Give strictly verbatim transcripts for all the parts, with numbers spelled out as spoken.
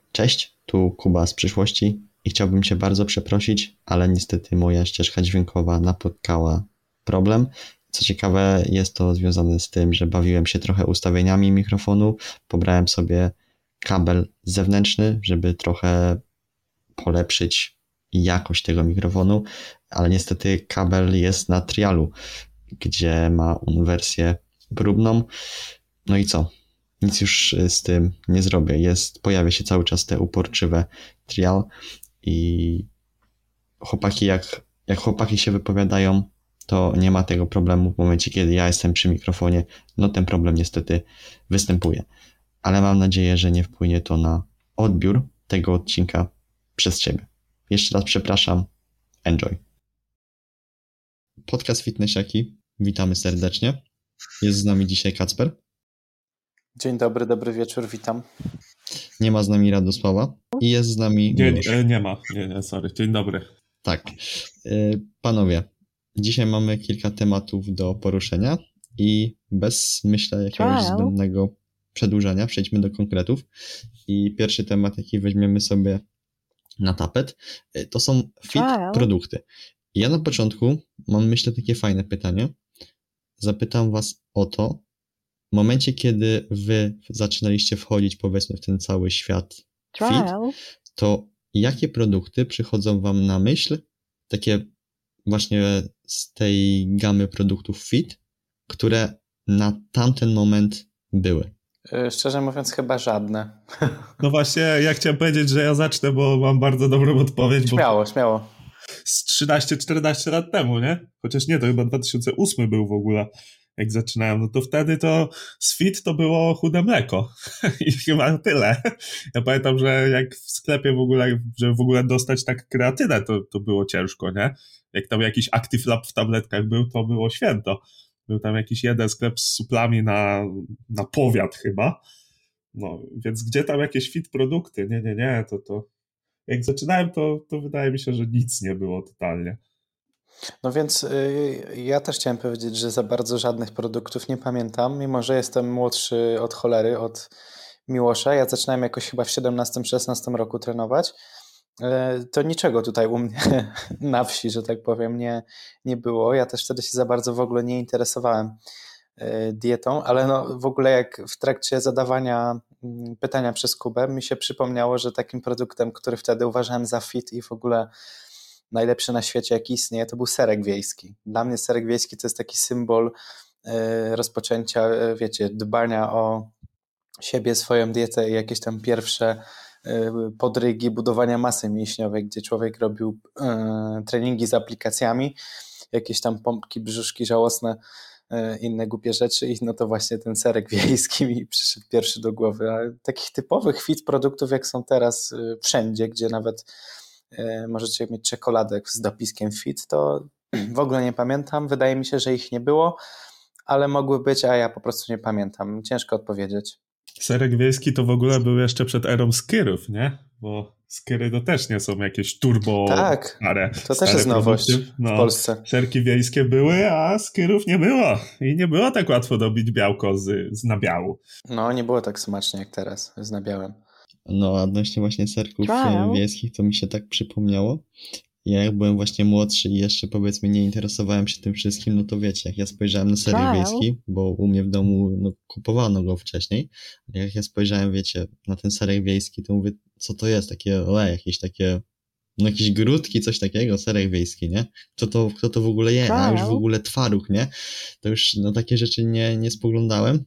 Cześć, tu Kuba z przyszłości i chciałbym Cię bardzo przeprosić, ale niestety moja ścieżka dźwiękowa napotkała problem. Co ciekawe, jest to związane z tym, że bawiłem się trochę ustawieniami mikrofonu, pobrałem sobie kabel zewnętrzny, żeby trochę polepszyć jakość tego mikrofonu, ale niestety kabel jest na trialu, gdzie ma on wersję próbną. No i co? Nic już z tym nie zrobię. Jest, pojawia się cały czas te uporczywe trial i chłopaki jak, jak chłopaki się wypowiadają, to nie ma tego problemu. W momencie, kiedy ja jestem przy mikrofonie, no ten problem niestety występuje. Ale mam nadzieję, że nie wpłynie to na odbiór tego odcinka przez Ciebie. Jeszcze raz przepraszam. Enjoy. Podcast Fitnessiaki. Witamy serdecznie. Jest z nami dzisiaj Kacper. Dzień dobry, dobry wieczór, witam. Nie ma z nami Radosława i jest z nami Nie, Miłosz. nie, nie ma, nie, nie, sorry. Dzień dobry. Tak. Panowie, dzisiaj mamy kilka tematów do poruszenia i bez, myślę, jakiegoś Trial. zbędnego przedłużania przejdźmy do konkretów. I pierwszy temat, jaki weźmiemy sobie na tapet, to są fit Trial. produkty. Ja na początku mam, myślę, takie fajne pytanie. Zapytam was o to, w momencie, kiedy wy zaczynaliście wchodzić, powiedzmy, w ten cały świat fit, Trial. to jakie produkty przychodzą wam na myśl, takie właśnie z tej gamy produktów fit, które na tamten moment były? Yy, Szczerze mówiąc, chyba żadne. No właśnie, ja chciałem powiedzieć, że ja zacznę, bo mam bardzo dobrą odpowiedź. Śmiało, bo śmiało. Z trzynaście czternaście lat temu, nie? Chociaż nie, to chyba dwa tysiące ósmy był w ogóle, jak zaczynałem. No to wtedy to z fit to było chude mleko. I chyba tyle. Ja pamiętam, że jak w sklepie w ogóle, że w ogóle dostać tak kreatynę, to, to było ciężko, nie? Jak tam jakiś Active Lab w tabletkach był, to było święto. Był tam jakiś jeden sklep z suplami na, na powiat chyba. No, więc gdzie tam jakieś fit produkty? Nie, nie, nie, to to... Jak zaczynałem, to, to wydaje mi się, że nic nie było totalnie. No więc yy, ja też chciałem powiedzieć, że za bardzo żadnych produktów nie pamiętam, mimo że jestem młodszy od cholery, od Miłosza. Ja zaczynałem jakoś chyba w siedemnastym szesnastym roku trenować. Yy, to niczego tutaj u mnie na wsi, że tak powiem, nie, nie było. Ja też wtedy się za bardzo w ogóle nie interesowałem dietą, ale no w ogóle jak w trakcie zadawania pytania przez Kubę mi się przypomniało, że takim produktem, który wtedy uważałem za fit i w ogóle najlepszy na świecie jaki istnieje, to był serek wiejski. Dla mnie serek wiejski to jest taki symbol rozpoczęcia, wiecie, dbania o siebie, swoją dietę i jakieś tam pierwsze podrygi budowania masy mięśniowej, gdzie człowiek robił treningi z aplikacjami, jakieś tam pompki, brzuszki żałosne, inne głupie rzeczy i no to właśnie ten serek wiejski mi przyszedł pierwszy do głowy. A takich typowych fit produktów jak są teraz wszędzie, gdzie nawet możecie mieć czekoladek z dopiskiem fit, to w ogóle nie pamiętam. Wydaje mi się, że ich nie było, ale mogły być, a ja po prostu nie pamiętam. Ciężko odpowiedzieć. Serek wiejski to w ogóle był jeszcze przed erą skyrów, nie? Bo skiry to też nie są jakieś turbo tak, stare to stare też jest nowość produkty. No, w Polsce. Serki wiejskie były, a skyrów nie było. I nie było tak łatwo dobić białko z, z nabiału. No, nie było tak smacznie jak teraz z nabiałem. No, a odnośnie właśnie serków Trial. wiejskich, to mi się tak przypomniało. Ja jak byłem właśnie młodszy i jeszcze powiedzmy nie interesowałem się tym wszystkim, no to wiecie, jak ja spojrzałem na serek Trial. wiejski, bo u mnie w domu no, kupowano go wcześniej, ale jak ja spojrzałem, wiecie, na ten serek wiejski, to mówię, co to jest, takie, ole, jakieś takie, no jakieś grudki, coś takiego, serek wiejski, nie? Kto to, kto to w ogóle je, a już w ogóle twaróg, nie? To już na takie rzeczy nie, nie spoglądałem.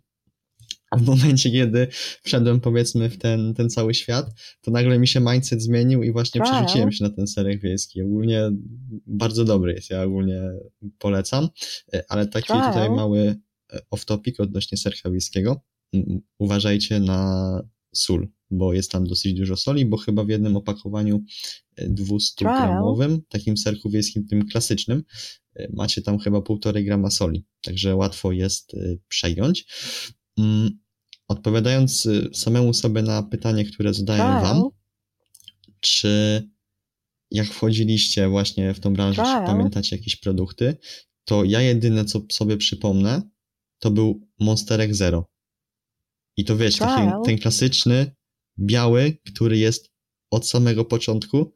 A w momencie, kiedy wszedłem, powiedzmy, w ten, ten cały świat, to nagle mi się mindset zmienił i właśnie Trial. przerzuciłem się na ten serek wiejski. Ogólnie bardzo dobry jest, ja ogólnie polecam, ale taki Trial. tutaj mały off-topic odnośnie serka wiejskiego. Uważajcie na sól, bo jest tam dosyć dużo soli, bo chyba w jednym opakowaniu dwieście gramowym, takim serku wiejskim, tym klasycznym, macie tam chyba półtorej grama soli, także łatwo jest przejąć. Odpowiadając samemu sobie na pytanie, które zadałem wam, czy jak wchodziliście właśnie w tą branżę, czy pamiętacie jakieś produkty, to ja jedyne, co sobie przypomnę, to był Monsterek Zero. I to wiecie, taki, ten klasyczny, biały, który jest od samego początku,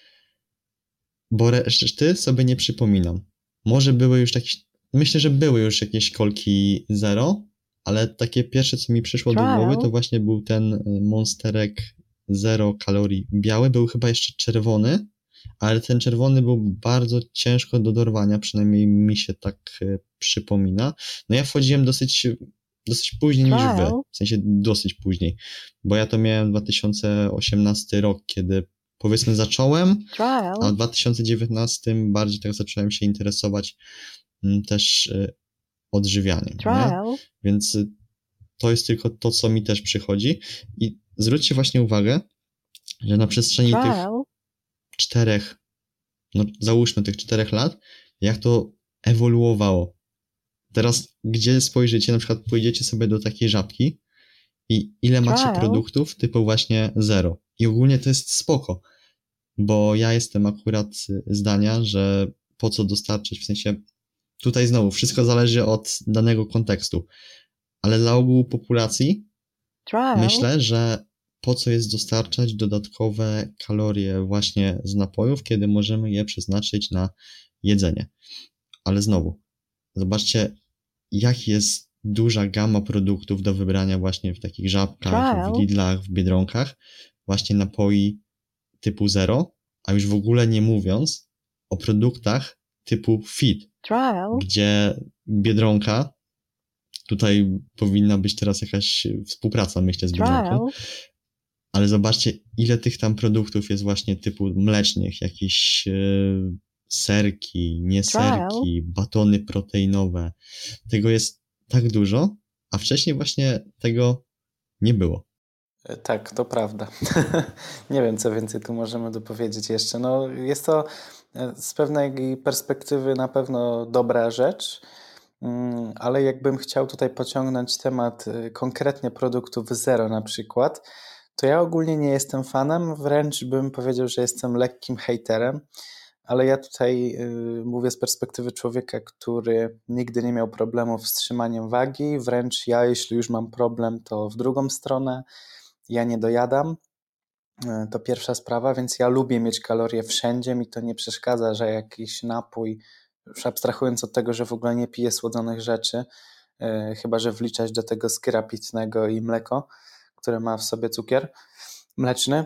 bo reszty sobie nie przypominam. Może były już jakieś, myślę, że były już jakieś kolki zero, ale takie pierwsze, co mi przyszło do głowy, to właśnie był ten monsterek zero kalorii biały, był chyba jeszcze czerwony, ale ten czerwony był bardzo ciężko do dorwania, przynajmniej mi się tak e, przypomina. No ja wchodziłem dosyć, dosyć później niż wy, w sensie dosyć później, bo ja to miałem dwa tysiące osiemnasty rok, kiedy powiedzmy zacząłem, a w dwa tysiące dziewiętnastym bardziej tak zacząłem się interesować m, też e, odżywianiem, nie? Więc e, to jest tylko to, co mi też przychodzi i zwróćcie właśnie uwagę, że na przestrzeni tych czterech, no załóżmy tych czterech lat, jak to ewoluowało. Teraz, gdzie spojrzycie, na przykład pójdziecie sobie do takiej Żabki i ile macie produktów typu właśnie zero. I ogólnie to jest spoko, bo ja jestem akurat zdania, że po co dostarczyć, w sensie tutaj znowu wszystko zależy od danego kontekstu, ale dla ogółu populacji myślę, że po co jest dostarczać dodatkowe kalorie właśnie z napojów, kiedy możemy je przeznaczyć na jedzenie. Ale znowu, zobaczcie, jak jest duża gama produktów do wybrania właśnie w takich Żabkach, w Lidlach, w Biedronkach, właśnie napoi typu zero, a już w ogóle nie mówiąc o produktach typu fit, gdzie Biedronka, tutaj powinna być teraz jakaś współpraca, myślę, z Biedronką, ale zobaczcie, ile tych tam produktów jest właśnie typu mlecznych, jakieś yy, serki, nieserki, batony proteinowe. Tego jest tak dużo, a wcześniej właśnie tego nie było. Tak, to prawda. Nie wiem, co więcej tu możemy dopowiedzieć jeszcze. No, jest to z pewnej perspektywy na pewno dobra rzecz, ale jakbym chciał tutaj pociągnąć temat konkretnie produktów zero na przykład, to ja ogólnie nie jestem fanem, wręcz bym powiedział, że jestem lekkim hejterem, ale ja tutaj y, mówię z perspektywy człowieka, który nigdy nie miał problemów z trzymaniem wagi, wręcz ja, jeśli już mam problem, to w drugą stronę, ja nie dojadam, y, to pierwsza sprawa, więc ja lubię mieć kalorie wszędzie, mi to nie przeszkadza, że jakiś napój, już abstrahując od tego, że w ogóle nie piję słodzonych rzeczy, y, chyba że wliczać do tego skyra pitnego i mleko, które ma w sobie cukier mleczny.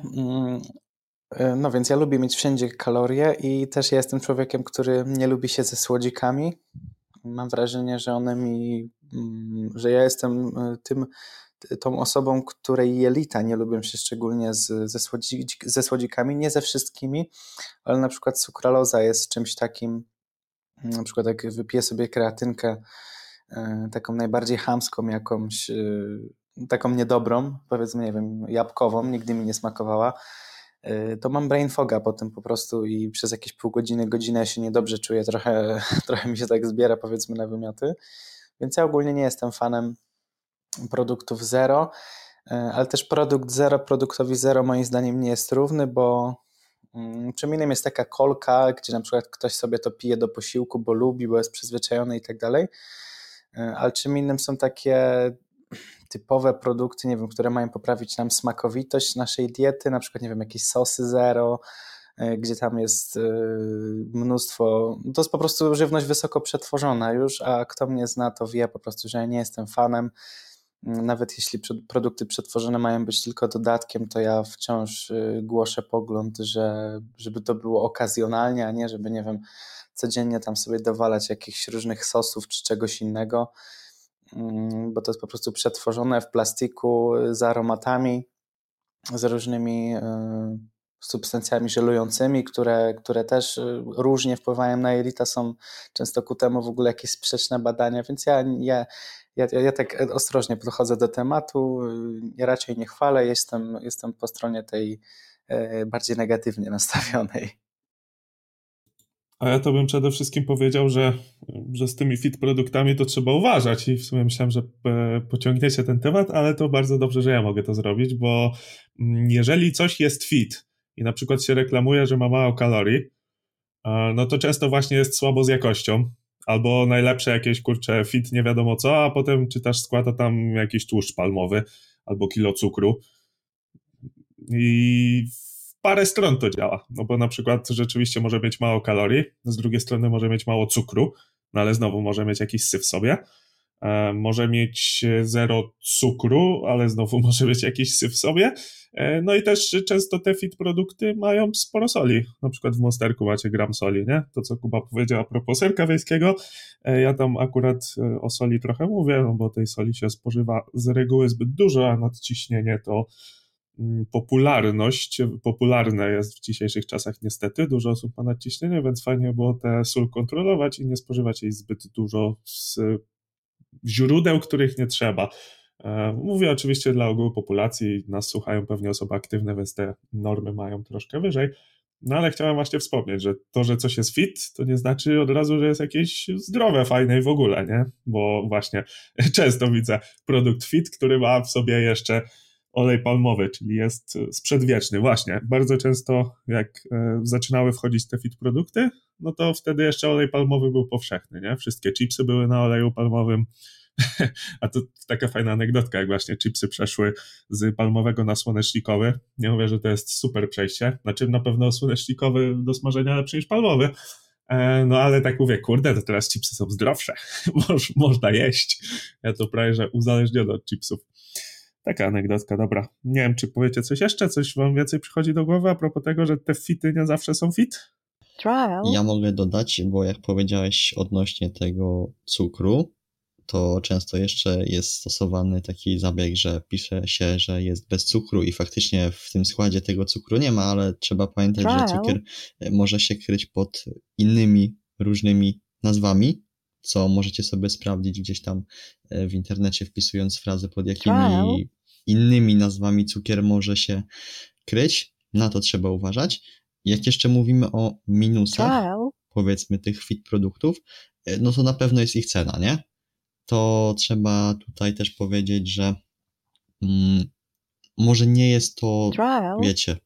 No więc ja lubię mieć wszędzie kalorie i też ja jestem człowiekiem, który nie lubi się ze słodzikami. Mam wrażenie, że one mi, że ja jestem tym, tą osobą, której jelita nie lubią się szczególnie z, ze, słodzik, ze słodzikami, nie ze wszystkimi, ale na przykład sukraloza jest czymś takim, na przykład jak wypiję sobie kreatynkę, taką najbardziej chamską jakąś, taką niedobrą, powiedzmy, nie wiem, jabłkową, nigdy mi nie smakowała, to mam brain foga po tym po prostu i przez jakieś pół godziny, godzinę się niedobrze czuję, trochę, trochę mi się tak zbiera, powiedzmy, na wymioty, więc ja ogólnie nie jestem fanem produktów zero, ale też produkt zero produktowi zero moim zdaniem nie jest równy, bo czym innym jest taka kolka, gdzie na przykład ktoś sobie to pije do posiłku, bo lubi, bo jest przyzwyczajony i tak dalej, ale czym innym są takie typowe produkty, nie wiem, które mają poprawić nam smakowitość naszej diety, na przykład, nie wiem, jakieś sosy zero, gdzie tam jest mnóstwo, to jest po prostu żywność wysoko przetworzona już, a kto mnie zna, to wie po prostu, że ja nie jestem fanem. Nawet jeśli produkty przetworzone mają być tylko dodatkiem, to ja wciąż głoszę pogląd, że żeby to było okazjonalnie, a nie żeby, nie wiem, codziennie tam sobie dowalać jakichś różnych sosów czy czegoś innego, bo to jest po prostu przetworzone w plastiku z aromatami, z różnymi substancjami żelującymi, które, które też różnie wpływają na jelita, są często ku temu w ogóle jakieś sprzeczne badania, więc ja, ja, ja, ja tak ostrożnie podchodzę do tematu, ja raczej nie chwalę, jestem, jestem po stronie tej bardziej negatywnie nastawionej. A ja to bym przede wszystkim powiedział, że, że z tymi fit produktami to trzeba uważać i w sumie myślałem, że pociągniecie ten temat, ale to bardzo dobrze, że ja mogę to zrobić, bo jeżeli coś jest fit i na przykład się reklamuje, że ma mało kalorii, no to często właśnie jest słabo z jakością, albo najlepsze jakieś, kurcze, fit nie wiadomo co, a potem czytasz skład, a tam jakiś tłuszcz palmowy albo kilo cukru. I w parę stron to działa, no bo na przykład rzeczywiście może mieć mało kalorii, z drugiej strony może mieć mało cukru, no ale znowu może mieć jakiś syf w sobie. E, może mieć zero cukru, ale znowu może mieć jakiś syf w sobie. E, no i też często te fit produkty mają sporo soli. Na przykład w Monsterku macie gram soli, nie? To, co Kuba powiedział a propos serka wiejskiego. E, ja tam akurat e, o soli trochę mówię, no bo tej soli się spożywa z reguły zbyt dużo, a nadciśnienie to mm, popularność. Popularne jest w dzisiejszych czasach niestety. Dużo osób ma nadciśnienie, więc fajnie było tę sól kontrolować i nie spożywać jej zbyt dużo z źródeł, których nie trzeba. Mówię oczywiście dla ogółu populacji, nas słuchają pewnie osoby aktywne, więc te normy mają troszkę wyżej, no ale chciałem właśnie wspomnieć, że to, że coś jest fit, to nie znaczy od razu, że jest jakieś zdrowe, fajne i w ogóle, nie? Bo właśnie często widzę produkt fit, który ma w sobie jeszcze olej palmowy, czyli jest sprzedwieczny. Właśnie, bardzo często jak zaczynały wchodzić te fit produkty, no to wtedy jeszcze olej palmowy był powszechny, nie? Wszystkie chipsy były na oleju palmowym, a to taka fajna anegdotka, jak właśnie chipsy przeszły z palmowego na słonecznikowy. Nie mówię, że to jest super przejście, znaczy na pewno słonecznikowy do smażenia lepszy niż palmowy, no ale tak mówię, kurde, to teraz chipsy są zdrowsze, Moż, można jeść. Ja to prawie, że uzależniony od chipsów. Taka anegdotka, dobra. Nie wiem, czy powiecie coś jeszcze, coś wam więcej przychodzi do głowy a propos tego, że te fity nie zawsze są fit? Ja mogę dodać, bo jak powiedziałeś odnośnie tego cukru, to często jeszcze jest stosowany taki zabieg, że pisze się, że jest bez cukru i faktycznie w tym składzie tego cukru nie ma, ale trzeba pamiętać, że cukier może się kryć pod innymi różnymi nazwami, co możecie sobie sprawdzić gdzieś tam w internecie, wpisując frazę, pod jakimi innymi nazwami cukier może się kryć. Na to trzeba uważać. Jak jeszcze mówimy o minusach, powiedzmy, tych fit produktów, no to na pewno jest ich cena, nie? To trzeba tutaj też powiedzieć, że mm, może nie jest to, wiecie,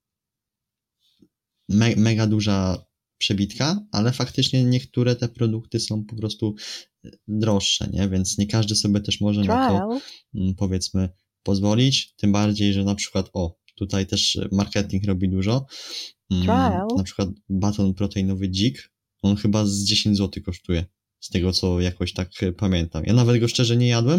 me, mega duża przebitka, ale faktycznie niektóre te produkty są po prostu droższe, nie? Więc nie każdy sobie też może na to, mm, powiedzmy, pozwolić, tym bardziej, że na przykład, o, tutaj też marketing robi dużo, mm, na przykład baton proteinowy Dzik, on chyba z dziesięć złotych kosztuje. Z tego, co jakoś tak pamiętam. Ja nawet go szczerze nie jadłem,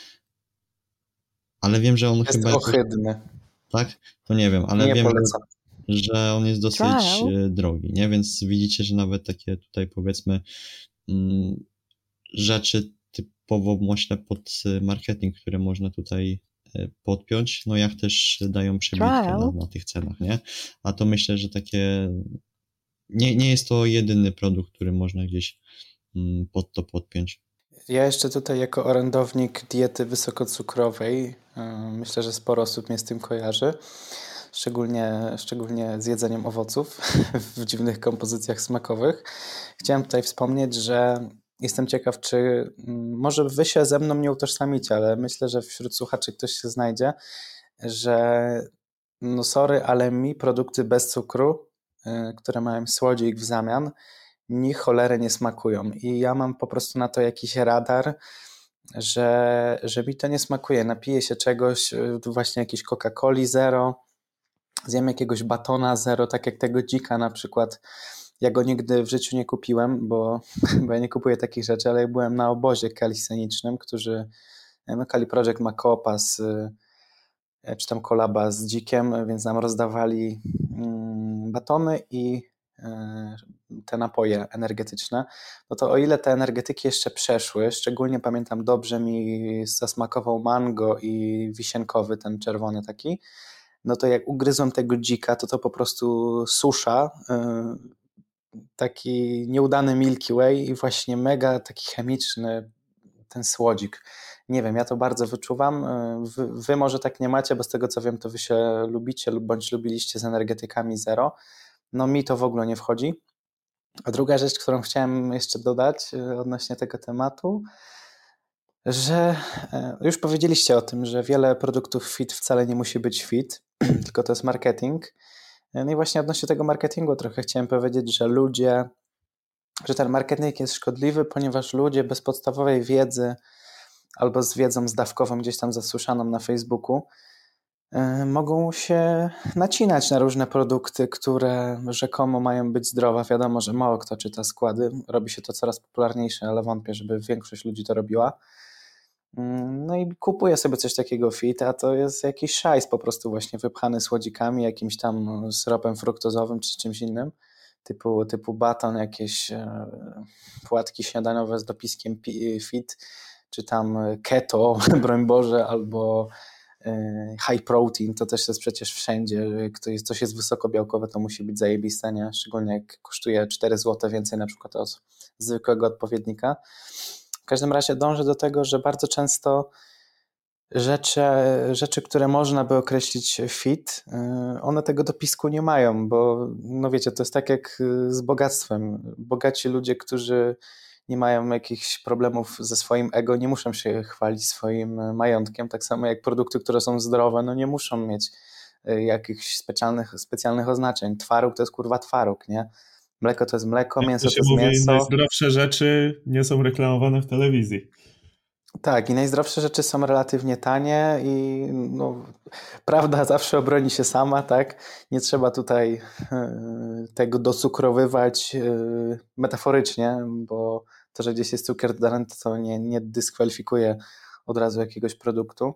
ale wiem, że on jest chyba... Jest ohydny. Jakoś... Tak? To nie wiem, ale nie wiem, polecam. że on jest dosyć Trial. drogi, nie? Więc widzicie, że nawet takie tutaj, powiedzmy, mm, rzeczy typowo, myślę, pod marketing, które można tutaj podpiąć, no jak też dają przebitkę na, na tych cenach, nie? A to myślę, że takie... Nie, nie jest to jedyny produkt, który można gdzieś pod to podpiąć. Ja jeszcze tutaj jako orędownik diety wysokocukrowej, myślę, że sporo osób mnie z tym kojarzy, szczególnie, szczególnie z jedzeniem owoców w dziwnych kompozycjach smakowych. Chciałem tutaj wspomnieć, że jestem ciekaw, czy może wy się ze mną nie utożsamicie, ale myślę, że wśród słuchaczy ktoś się znajdzie, że no sorry, ale mi produkty bez cukru, które mają słodzik w zamian, ni cholery nie smakują i ja mam po prostu na to jakiś radar, że, że mi to nie smakuje. Napiję się czegoś, właśnie jakiejś Coca-Coli zero, zjem jakiegoś batona zero, tak jak tego Dzika na przykład. Ja go nigdy w życiu nie kupiłem, bo, bo ja nie kupuję takich rzeczy, ale byłem na obozie kalisenicznym, którzy, no Kali Project ma koopa z, czy tam kolaba z Dzikiem, więc nam rozdawali mm, batony i te napoje energetyczne, no to o ile te energetyki jeszcze przeszły, szczególnie pamiętam dobrze mi zasmakował mango i wisienkowy, ten czerwony taki, no to jak ugryzłem tego Dzika, to to po prostu susza, taki nieudany Milky Way i właśnie mega taki chemiczny ten słodzik. Nie wiem, ja to bardzo wyczuwam. Wy, wy może tak nie macie, bo z tego co wiem, to wy się lubicie lub bądź lubiliście z energetykami zero. No mi to w ogóle nie wchodzi. A druga rzecz, którą chciałem jeszcze dodać odnośnie tego tematu, że już powiedzieliście o tym, że wiele produktów fit wcale nie musi być fit, tylko to jest marketing. No i właśnie odnośnie tego marketingu trochę chciałem powiedzieć, że ludzie, że ten marketing jest szkodliwy, ponieważ ludzie bez podstawowej wiedzy albo z wiedzą zdawkową gdzieś tam zasłyszaną na Facebooku mogą się nacinać na różne produkty, które rzekomo mają być zdrowe. Wiadomo, że mało kto czyta składy. Robi się to coraz popularniejsze, ale wątpię, żeby większość ludzi to robiła. No i kupuje sobie coś takiego fit, a to jest jakiś szajs po prostu właśnie wypchany słodzikami, jakimś tam syropem fruktozowym czy czymś innym, typu, typu baton, jakieś e, płatki śniadaniowe z dopiskiem fit, czy tam keto, broń Boże, albo e, high protein, to też jest przecież wszędzie, jak to jest, coś jest wysokobiałkowe, to musi być zajebiste, nie? Szczególnie jak kosztuje cztery złote więcej na przykład od zwykłego odpowiednika. W każdym razie dążę do tego, że bardzo często rzeczy, rzeczy, które można by określić fit, one tego dopisku nie mają, bo no wiecie, to jest tak jak z bogactwem. Bogaci ludzie, którzy nie mają jakichś problemów ze swoim ego, nie muszą się chwalić swoim majątkiem, tak samo jak produkty, które są zdrowe, no nie muszą mieć jakichś specjalnych, specjalnych oznaczeń. Twaróg to jest kurwa twaróg, nie? Mleko to jest mleko, Jak mięso to to się jest mówi, mięso. najzdrowsze rzeczy nie są reklamowane w telewizji. Tak, i najzdrowsze rzeczy są relatywnie tanie i no, prawda zawsze obroni się sama, tak? Nie trzeba tutaj e, tego docukrowywać e, metaforycznie, bo to, że gdzieś jest cukier dodany, to nie, nie dyskwalifikuje od razu jakiegoś produktu.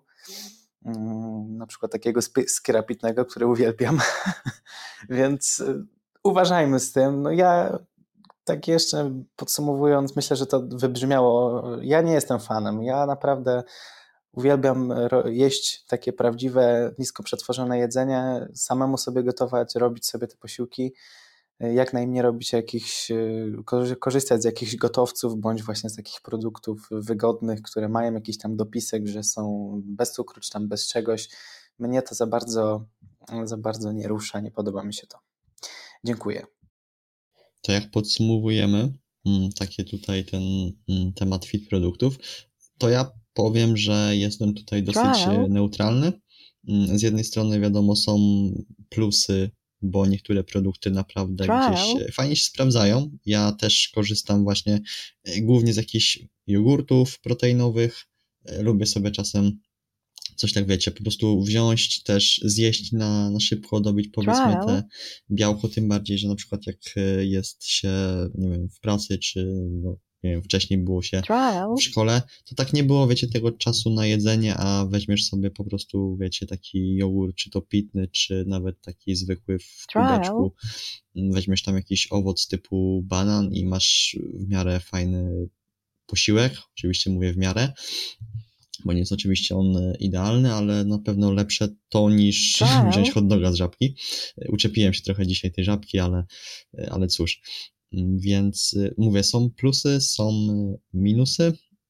Mm, na przykład takiego skyra pitnego, który uwielbiam. Więc e, uważajmy z tym. No ja tak jeszcze podsumowując, myślę, że to wybrzmiało. Ja nie jestem fanem. Ja naprawdę uwielbiam jeść takie prawdziwe, nisko przetworzone jedzenie, samemu sobie gotować, robić sobie te posiłki, jak najmniej robić jakichś, korzystać z jakichś gotowców, bądź właśnie z takich produktów wygodnych, które mają jakiś tam dopisek, że są bez cukru, czy tam bez czegoś. Mnie to za bardzo, za bardzo nie rusza, nie podoba mi się to. Dziękuję. To jak podsumowujemy takie tutaj ten temat fit produktów, to ja powiem, że jestem tutaj dosyć Trial. neutralny. Z jednej strony wiadomo są plusy, bo niektóre produkty naprawdę Trial. gdzieś fajnie się sprawdzają. Ja też korzystam właśnie głównie z jakichś jogurtów proteinowych. Lubię sobie czasem coś tak wiecie, po prostu wziąć, też zjeść na, na szybko, dobić powiedzmy Trial. te białko, tym bardziej, że na przykład jak jest się, nie wiem, w pracy, czy no, nie wiem, wcześniej było się Trial. w szkole, to tak nie było, wiecie, tego czasu na jedzenie, a weźmiesz sobie po prostu, wiecie, taki jogurt, czy to pitny, czy nawet taki zwykły w kubeczku, weźmiesz tam jakiś owoc typu banan i masz w miarę fajny posiłek, oczywiście mówię w miarę, bo nie jest oczywiście on idealny, ale na pewno lepsze to niż wow. wziąć hot doga z żabki. Uczepiłem się trochę dzisiaj tej żabki, ale, ale cóż. Więc mówię, są plusy, są minusy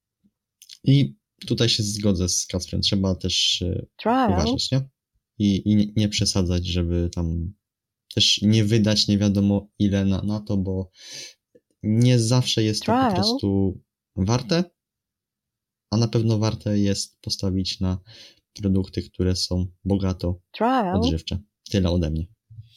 i tutaj się zgodzę z Kacprem. Trzeba też Trial. uważać, nie? I, i nie przesadzać, żeby tam też nie wydać nie wiadomo ile na, na to, bo nie zawsze jest Trial. to po prostu warte. A na pewno warte jest postawić na produkty, które są bogato Trial. odżywcze. Tyle ode mnie.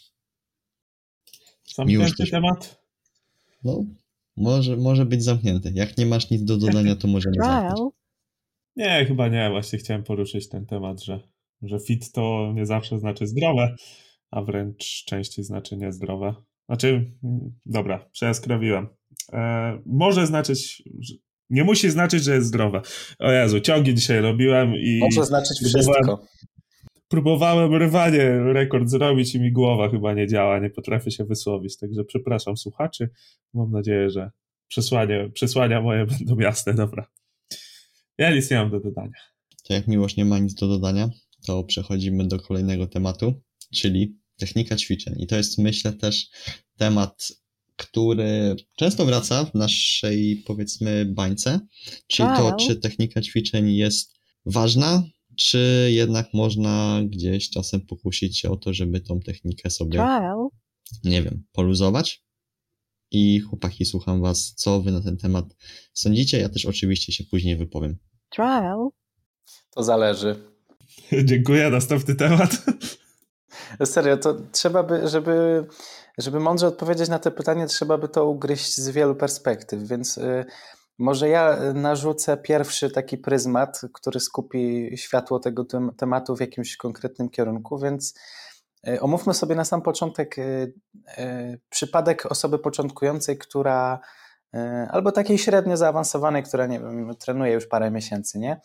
Zamknięty też... temat? No, może, może być zamknięty. Jak nie masz nic do dodania, to możemy zamknąć. Nie, chyba nie. Właśnie chciałem poruszyć ten temat, że, że fit to nie zawsze znaczy zdrowe, a wręcz częściej znaczy niezdrowe. Znaczy, dobra, przejaskrawiłem. E, może znaczyć... Że... Nie musi znaczyć, że jest zdrowe. O Jezu, ciągi dzisiaj robiłem i... Może znaczyć wszystko. Próbowałem rwanie rekord zrobić i mi głowa chyba nie działa, nie potrafię się wysłowić, także przepraszam słuchaczy. Mam nadzieję, że przesłania, przesłania moje będą jasne, dobra. Ja nic nie mam do dodania. To jak Miłosz nie ma nic do dodania, to przechodzimy do kolejnego tematu, czyli technika ćwiczeń. I to jest, myślę, też temat, który często wraca w naszej, powiedzmy, bańce, czyli to, czy technika ćwiczeń jest ważna, czy jednak można gdzieś czasem pokusić się o to, żeby tą technikę sobie, nie wiem, poluzować. I chłopaki, słucham was, co wy na ten temat sądzicie? Ja też oczywiście się później wypowiem. To zależy. Dziękuję, następny temat. Serio, to trzeba by, żeby, żeby mądrze odpowiedzieć na to pytanie, trzeba by to ugryźć z wielu perspektyw, więc y, Może ja narzucę pierwszy taki pryzmat, który skupi światło tego tem- tematu w jakimś konkretnym kierunku, więc omówmy sobie na sam początek przypadek osoby początkującej, która albo takiej średnio zaawansowanej, która nie wiem, trenuje już parę miesięcy, nie?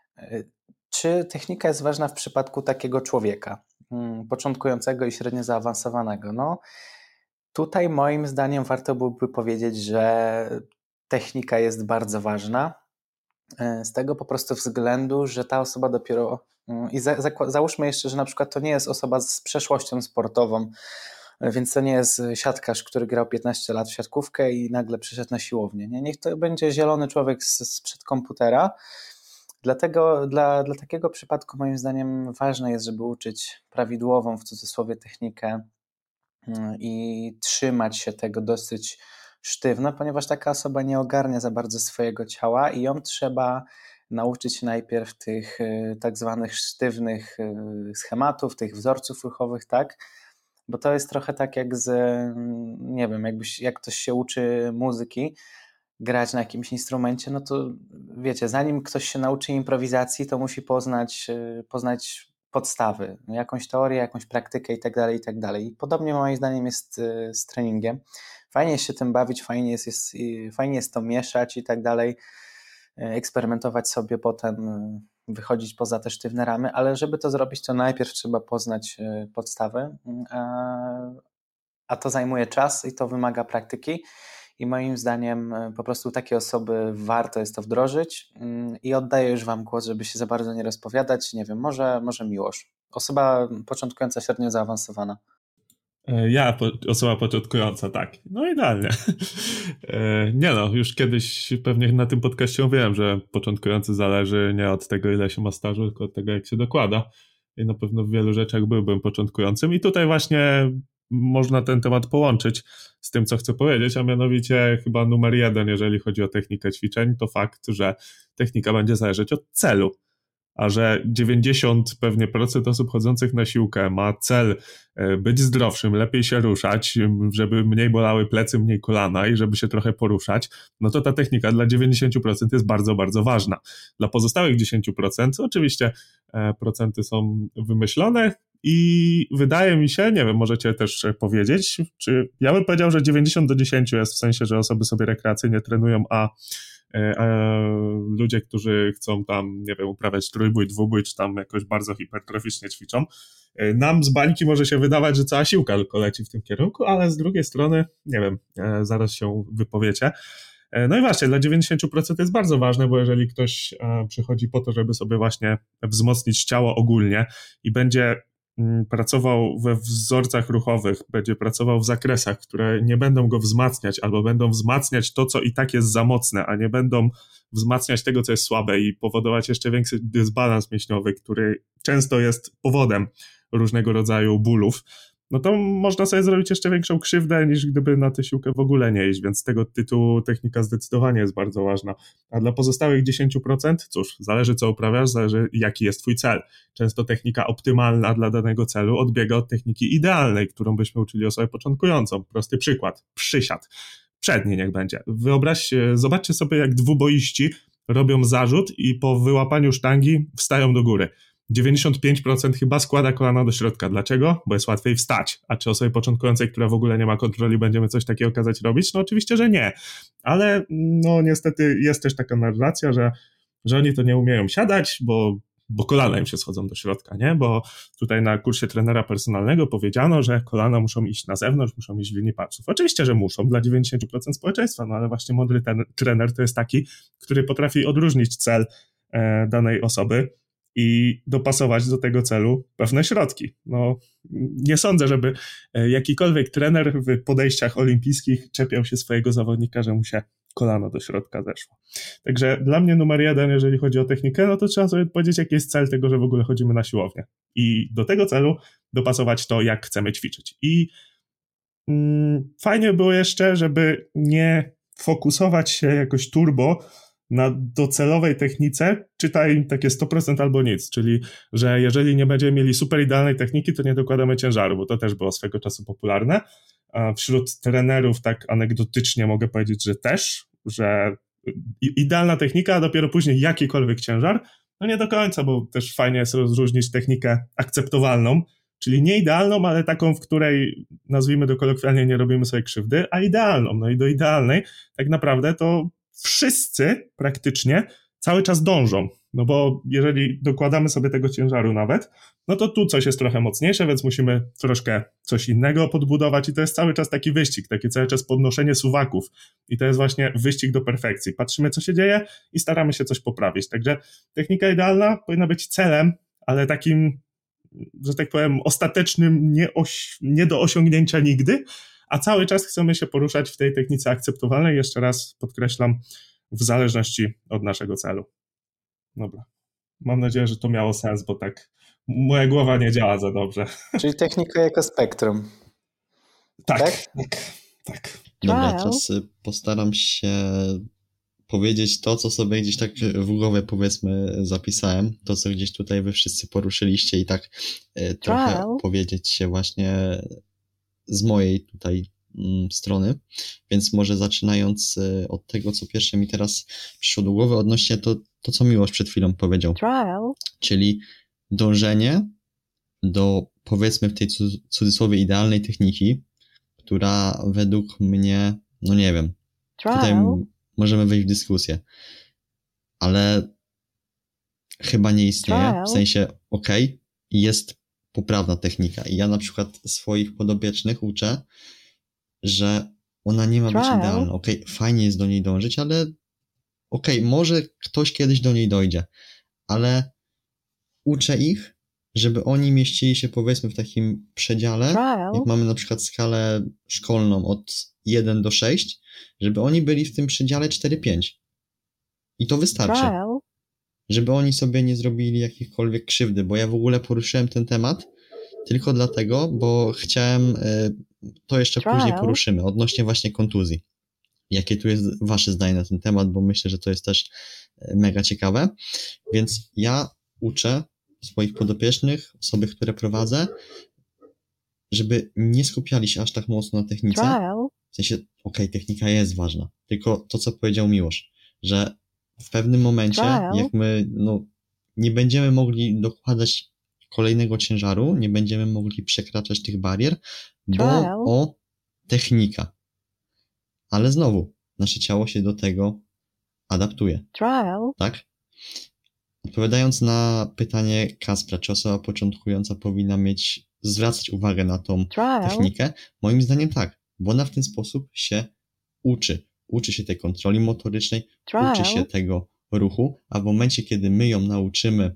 Czy technika jest ważna w przypadku takiego człowieka, początkującego i średnio zaawansowanego? No, tutaj moim zdaniem warto byłoby powiedzieć, że technika jest bardzo ważna, z tego po prostu względu, że ta osoba dopiero, i za, za, załóżmy jeszcze, że na przykład to nie jest osoba z przeszłością sportową, więc to nie jest siatkarz, który grał piętnaście lat w siatkówkę i nagle przyszedł na siłownię. Nie? Niech to będzie zielony człowiek sprzed komputera. Dlatego dla, dla takiego przypadku moim zdaniem ważne jest, żeby uczyć prawidłową w cudzysłowie technikę i trzymać się tego dosyć sztywno, ponieważ taka osoba nie ogarnia za bardzo swojego ciała i ją trzeba nauczyć najpierw tych tak zwanych sztywnych schematów, tych wzorców ruchowych, tak? Bo to jest trochę tak jak z, nie wiem, jakbyś, jak ktoś się uczy muzyki, grać na jakimś instrumencie, no to wiecie, zanim ktoś się nauczy improwizacji, to musi poznać, poznać podstawy, jakąś teorię, jakąś praktykę i tak dalej, i tak dalej. Podobnie moim zdaniem jest z treningiem. Fajnie jest się tym bawić, fajnie jest, jest, fajnie jest to mieszać i tak dalej, eksperymentować sobie, potem wychodzić poza te sztywne ramy, ale żeby to zrobić, to najpierw trzeba poznać podstawy, a, a to zajmuje czas i to wymaga praktyki i moim zdaniem po prostu takie osoby warto jest to wdrożyć i oddaję już wam głos, żeby się za bardzo nie rozpowiadać, nie wiem, może, może Miłosz, osoba początkująca, średnio zaawansowana. Ja, osoba początkująca, tak. No idealnie. Nie no, już kiedyś pewnie na tym podcaście mówiłem, że początkujący zależy nie od tego, ile się ma stażu, tylko od tego, jak się dokłada. I na pewno w wielu rzeczach byłbym początkującym. I tutaj właśnie można ten temat połączyć z tym, co chcę powiedzieć, a mianowicie chyba numer jeden, jeżeli chodzi o technikę ćwiczeń, to fakt, że technika będzie zależeć od celu. A że dziewięćdziesiąt pewnie procent osób chodzących na siłkę ma cel być zdrowszym, lepiej się ruszać, żeby mniej bolały plecy, mniej kolana i żeby się trochę poruszać, no to ta technika dla dziewięćdziesiąt procent jest bardzo, bardzo ważna. Dla pozostałych dziesięć procent oczywiście procenty są wymyślone i wydaje mi się, nie wiem, możecie też powiedzieć, czy ja bym powiedział, że dziewięćdziesiąt do dziesięciu jest w sensie, że osoby sobie rekreacyjnie trenują, a A ludzie, którzy chcą tam, nie wiem, uprawiać trójbój, dwubój, czy tam jakoś bardzo hipertroficznie ćwiczą. Nam z bańki może się wydawać, że cała siłka tylko leci w tym kierunku, ale z drugiej strony, nie wiem, zaraz się wypowiecie. No i właśnie, dla dziewięćdziesiąt procent jest bardzo ważne, bo jeżeli ktoś przychodzi po to, żeby sobie właśnie wzmocnić ciało ogólnie i będzie pracował we wzorcach ruchowych, będzie pracował w zakresach, które nie będą go wzmacniać albo będą wzmacniać to, co i tak jest za mocne, a nie będą wzmacniać tego, co jest słabe i powodować jeszcze większy dysbalans mięśniowy, który często jest powodem różnego rodzaju bólów, no to można sobie zrobić jeszcze większą krzywdę, niż gdyby na tę siłkę w ogóle nie iść, więc z tego tytułu technika zdecydowanie jest bardzo ważna. A dla pozostałych dziesięć procent, cóż, zależy co uprawiasz, zależy jaki jest twój cel. Często technika optymalna dla danego celu odbiega od techniki idealnej, którą byśmy uczyli osobę początkującą. Prosty przykład, przysiad. Przedni niech będzie. Wyobraź, zobaczcie sobie, jak dwuboiści robią zarzut i po wyłapaniu sztangi wstają do góry. dziewięćdziesiąt pięć procent chyba składa kolana do środka. Dlaczego? Bo jest łatwiej wstać. A czy osobie początkującej, która w ogóle nie ma kontroli, będziemy coś takiego kazać robić? No oczywiście, że nie. Ale no niestety jest też taka narracja, że, że oni to nie umieją siadać, bo, bo kolana im się schodzą do środka, nie? Bo tutaj na kursie trenera personalnego powiedziano, że kolana muszą iść na zewnątrz, muszą iść w linii palców. Oczywiście, że muszą dla dziewięćdziesiąt procent społeczeństwa, no ale właśnie mądry ten, trener to jest taki, który potrafi odróżnić cel e, danej osoby i dopasować do tego celu pewne środki. No, nie sądzę, żeby jakikolwiek trener w podejściach olimpijskich czepiał się swojego zawodnika, że mu się kolano do środka zeszło. Także dla mnie numer jeden, jeżeli chodzi o technikę, no to trzeba sobie powiedzieć, jaki jest cel tego, że w ogóle chodzimy na siłownię. I do tego celu dopasować to, jak chcemy ćwiczyć. I mm, fajnie było jeszcze, żeby nie fokusować się jakoś turbo na docelowej technice, czytaj takie sto procent albo nic, czyli że jeżeli nie będziemy mieli super idealnej techniki, to nie dokładamy ciężaru, bo to też było swego czasu popularne. A wśród trenerów tak anegdotycznie mogę powiedzieć, że też, że idealna technika, a dopiero później jakikolwiek ciężar. No nie do końca, bo też fajnie jest rozróżnić technikę akceptowalną, czyli nie idealną, ale taką, w której, nazwijmy to kolokwialnie, nie robimy sobie krzywdy, a idealną. No i do idealnej tak naprawdę to wszyscy praktycznie cały czas dążą. No bo jeżeli dokładamy sobie tego ciężaru nawet, no to tu coś jest trochę mocniejsze, więc musimy troszkę coś innego podbudować i to jest cały czas taki wyścig, takie cały czas podnoszenie suwaków i to jest właśnie wyścig do perfekcji. Patrzymy, co się dzieje i staramy się coś poprawić. Także technika idealna powinna być celem, ale takim, że tak powiem, ostatecznym nie, oś, nie do osiągnięcia nigdy, a cały czas chcemy się poruszać w tej technice akceptowalnej, jeszcze raz podkreślam, w zależności od naszego celu. Dobra. Mam nadzieję, że to miało sens, bo tak moja głowa nie działa za dobrze. Czyli technika jako spektrum. Tak, Tak? tak, tak. Dobra, teraz postaram się powiedzieć to, co sobie gdzieś tak w głowie, powiedzmy, zapisałem, to, co gdzieś tutaj wy wszyscy poruszyliście i tak e, trochę Trial. powiedzieć się właśnie z mojej tutaj mm, strony, więc może zaczynając e, od tego, co pierwsze mi teraz przyszło do głowy odnośnie to, to co Miłosz przed chwilą powiedział, Trial. czyli dążenie do, powiedzmy, w tej cud- cudzysłowie idealnej techniki, która według mnie, no nie wiem, tutaj Trial. m- możemy wejść w dyskusję, ale chyba nie istnieje, Trial. w sensie, okej, jest poprawna technika i ja na przykład swoich podopiecznych uczę, że ona nie ma być Trial. idealna, okej, fajnie jest do niej dążyć, ale okej, może ktoś kiedyś do niej dojdzie, ale uczę ich, żeby oni mieścili się, powiedzmy, w takim przedziale, Trial. jak mamy na przykład skalę szkolną od jeden do sześciu, żeby oni byli w tym przedziale cztery pięć. I to wystarczy, Trial. żeby oni sobie nie zrobili jakichkolwiek krzywdy, bo ja w ogóle poruszyłem ten temat tylko dlatego, bo chciałem, y, to jeszcze Trial. później poruszymy, odnośnie właśnie kontuzji. Jakie tu jest wasze zdanie na ten temat, bo myślę, że to jest też y, mega ciekawe. Więc ja uczę swoich podopiecznych, osoby, które prowadzę, żeby nie skupiali się aż tak mocno na technice. Trial. W sensie, okej, technika jest ważna, tylko to, co powiedział Miłosz, że w pewnym momencie, Trial. jak my no, nie będziemy mogli dokładać kolejnego ciężaru, nie będziemy mogli przekraczać tych barier, bo Trial. o, technika. Ale znowu, nasze ciało się do tego adaptuje, Trial. tak? Odpowiadając na pytanie Kacpra, czy osoba początkująca powinna mieć, zwracać uwagę na tą Trial. technikę, moim zdaniem tak, bo ona w ten sposób się uczy. Uczy się tej kontroli motorycznej, uczy się Trial. tego ruchu, a w momencie, kiedy my ją nauczymy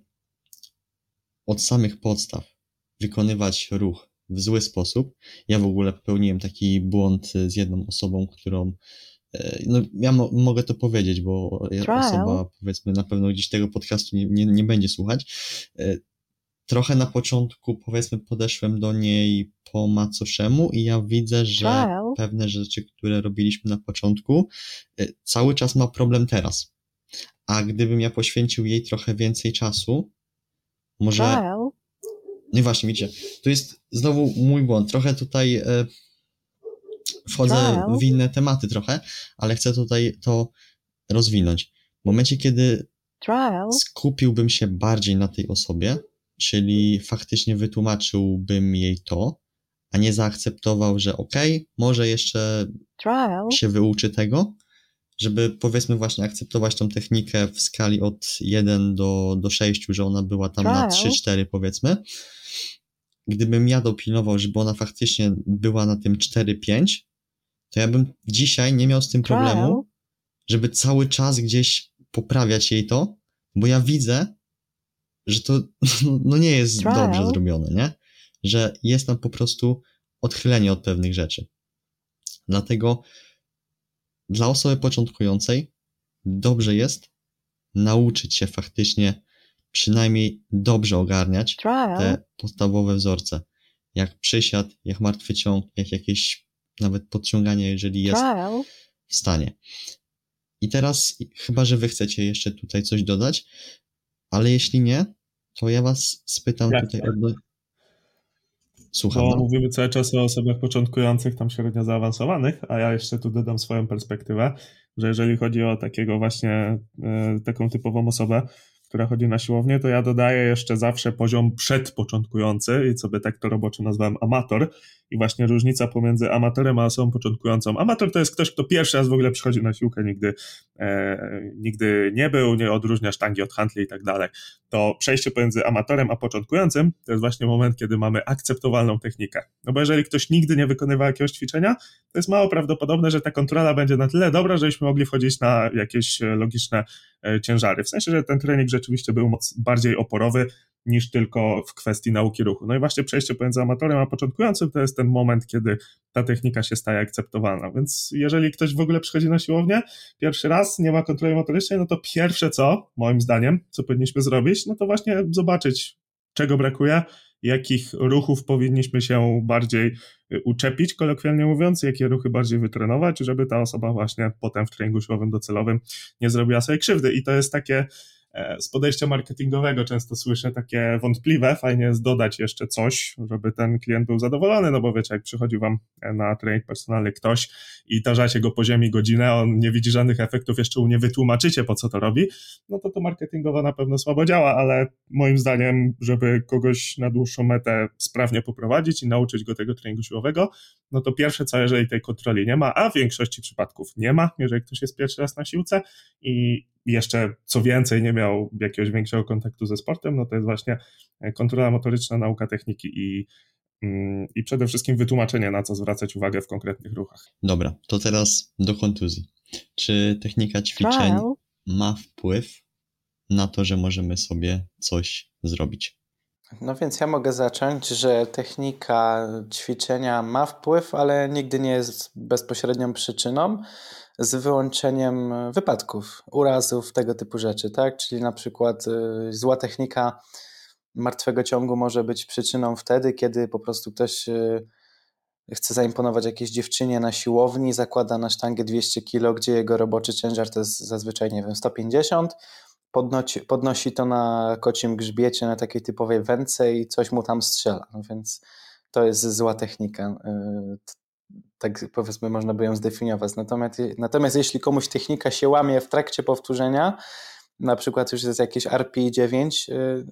od samych podstaw wykonywać ruch w zły sposób, ja w ogóle popełniłem taki błąd z jedną osobą, którą, e, no ja mo- mogę to powiedzieć, bo Trial. osoba, powiedzmy, na pewno gdzieś tego podcastu nie, nie, nie będzie słuchać. E, Trochę na początku, powiedzmy, podeszłem do niej po macoszemu i ja widzę, że Trial. pewne rzeczy, które robiliśmy na początku, y, cały czas ma problem teraz. A gdybym ja poświęcił jej trochę więcej czasu, może... Trial. No i właśnie, widzicie, to jest znowu mój błąd. Trochę tutaj y, wchodzę Trial. w inne tematy trochę, ale chcę tutaj to rozwinąć. W momencie, kiedy Trial. skupiłbym się bardziej na tej osobie, czyli faktycznie wytłumaczyłbym jej to, a nie zaakceptował, że okej, okay, może jeszcze Trial. się wyuczy tego, żeby, powiedzmy, właśnie akceptować tą technikę w skali od jeden do, do sześciu, że ona była tam na Trial. trzy cztery, powiedzmy. Gdybym ja dopilnował, żeby ona faktycznie była na tym cztery pięć, to ja bym dzisiaj nie miał z tym Trial. problemu, żeby cały czas gdzieś poprawiać jej to, bo ja widzę, że to no, no nie jest Trial. dobrze zrobione, nie? Że jest tam po prostu odchylenie od pewnych rzeczy. Dlatego dla osoby początkującej dobrze jest nauczyć się faktycznie przynajmniej dobrze ogarniać Trial. te podstawowe wzorce. Jak przysiad, jak martwy ciąg, jak jakieś nawet podciąganie, jeżeli jest Trial. w stanie. I teraz, chyba że wy chcecie jeszcze tutaj coś dodać, ale jeśli nie, to ja was spytam Ja tutaj chcę. odno... Słucham, Bo no. mówimy cały czas o osobach początkujących, tam średnio zaawansowanych, a ja jeszcze tu dodam swoją perspektywę, że jeżeli chodzi o takiego właśnie, e, taką typową osobę, która chodzi na siłownię, to ja dodaję jeszcze zawsze poziom przedpoczątkujący i sobie tak to roboczo nazwałem amator. I właśnie różnica pomiędzy amatorem a osobą początkującą. Amator to jest ktoś, kto pierwszy raz w ogóle przychodzi na siłkę, nigdy, e, nigdy nie był, nie odróżnia sztangi od hantli i tak dalej. To przejście pomiędzy amatorem a początkującym to jest właśnie moment, kiedy mamy akceptowalną technikę. No bo jeżeli ktoś nigdy nie wykonywał jakiegoś ćwiczenia, to jest mało prawdopodobne, że ta kontrola będzie na tyle dobra, żebyśmy mogli wchodzić na jakieś logiczne ciężary. W sensie, że ten trening rzeczywiście był moc, bardziej oporowy niż tylko w kwestii nauki ruchu. No i właśnie przejście pomiędzy amatorem a początkującym to jest ten moment, kiedy ta technika się staje akceptowalna. Więc jeżeli ktoś w ogóle przychodzi na siłownię pierwszy raz, nie ma kontroli motorycznej, no to pierwsze co, moim zdaniem, co powinniśmy zrobić, no to właśnie zobaczyć, czego brakuje, jakich ruchów powinniśmy się bardziej uczepić, kolokwialnie mówiąc, jakie ruchy bardziej wytrenować, żeby ta osoba właśnie potem w treningu siłowym docelowym nie zrobiła sobie krzywdy. I to jest takie z podejścia marketingowego często słyszę takie wątpliwe, fajnie jest dodać jeszcze coś, żeby ten klient był zadowolony, no bo wiecie, jak przychodzi wam na trening personalny ktoś i tarzacie go po ziemi godzinę, on nie widzi żadnych efektów, jeszcze mu nie wytłumaczycie, po co to robi, no to to marketingowo na pewno słabo działa, ale moim zdaniem, żeby kogoś na dłuższą metę sprawnie poprowadzić i nauczyć go tego treningu siłowego, no to pierwsze co, jeżeli tej kontroli nie ma, a w większości przypadków nie ma, jeżeli ktoś jest pierwszy raz na siłce i jeszcze co więcej nie miał jakiegoś większego kontaktu ze sportem, no to jest właśnie kontrola motoryczna, nauka techniki i, i przede wszystkim wytłumaczenie, na co zwracać uwagę w konkretnych ruchach. Dobra, to teraz do kontuzji. Czy technika ćwiczeń Wow. ma wpływ na to, że możemy sobie coś zrobić? No więc ja mogę zacząć, że technika ćwiczenia ma wpływ, ale nigdy nie jest bezpośrednią przyczyną, z wyłączeniem wypadków, urazów, tego typu rzeczy, tak? Czyli na przykład y, zła technika martwego ciągu może być przyczyną wtedy, kiedy po prostu ktoś y, chce zaimponować jakiejś dziewczynie na siłowni, zakłada na sztangę dwieście kilo, gdzie jego roboczy ciężar to jest zazwyczaj, nie wiem, sto pięćdziesiąt, podnosi, podnosi to na kocim grzbiecie, na takiej typowej wędce i coś mu tam strzela, no więc to jest zła technika. Y, tak powiedzmy można by ją zdefiniować. Natomiast, natomiast jeśli komuś technika się łamie w trakcie powtórzenia, na przykład już jest jakieś R P dziewięć,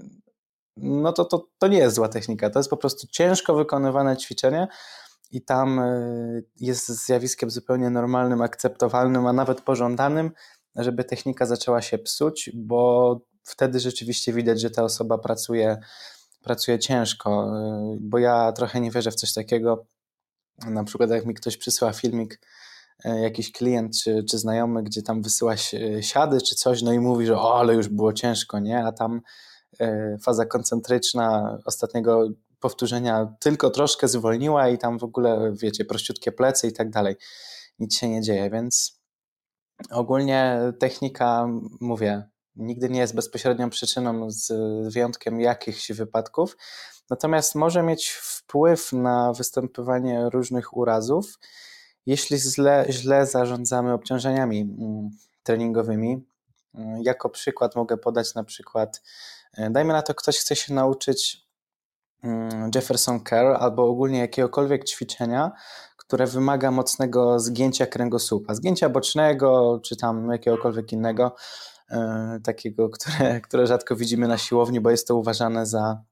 no to, to to nie jest zła technika. To jest po prostu ciężko wykonywane ćwiczenie i tam jest zjawiskiem zupełnie normalnym, akceptowalnym, a nawet pożądanym, żeby technika zaczęła się psuć, bo wtedy rzeczywiście widać, że ta osoba pracuje, pracuje ciężko, bo ja trochę nie wierzę w coś takiego. Na przykład jak mi ktoś przysyła filmik, jakiś klient czy, czy znajomy, gdzie tam wysyła siady czy coś, no i mówi, że o, ale już było ciężko, nie? A tam faza koncentryczna ostatniego powtórzenia tylko troszkę zwolniła i tam w ogóle, wiecie, prościutkie plecy i tak dalej. Nic się nie dzieje, więc ogólnie technika, mówię, nigdy nie jest bezpośrednią przyczyną z wyjątkiem jakichś wypadków, natomiast może mieć wpływ na występowanie różnych urazów, jeśli źle, źle zarządzamy obciążeniami treningowymi. Jako przykład mogę podać na przykład, dajmy na to, ktoś chce się nauczyć Jefferson Curl albo ogólnie jakiegokolwiek ćwiczenia, które wymaga mocnego zgięcia kręgosłupa, zgięcia bocznego czy tam jakiegokolwiek innego, takiego, które, które rzadko widzimy na siłowni, bo jest to uważane za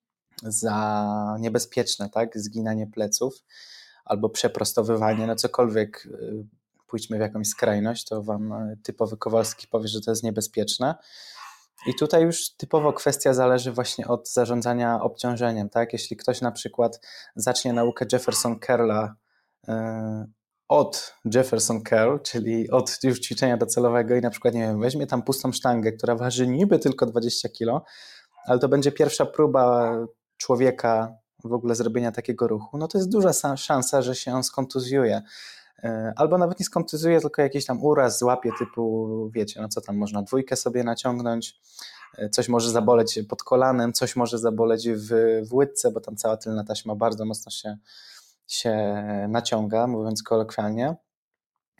za niebezpieczne, tak? Zginanie pleców albo przeprostowywanie, no cokolwiek, pójdźmy w jakąś skrajność, to wam typowy Kowalski powie, że to jest niebezpieczne. I tutaj już typowo kwestia zależy właśnie od zarządzania obciążeniem, tak? Jeśli ktoś na przykład zacznie naukę Jefferson Curla yy, od Jefferson Curl, czyli od już ćwiczenia docelowego i na przykład, nie wiem, weźmie tam pustą sztangę, która waży niby tylko dwadzieścia kilo, ale to będzie pierwsza próba człowieka w ogóle zrobienia takiego ruchu, no to jest duża szansa, że się on skontuzjuje. Albo nawet nie skontuzjuje, tylko jakiś tam uraz złapie typu, wiecie, no co tam można dwójkę sobie naciągnąć, coś może zaboleć pod kolanem, coś może zaboleć w, w łydce, bo tam cała tylna taśma bardzo mocno się, się naciąga, mówiąc kolokwialnie.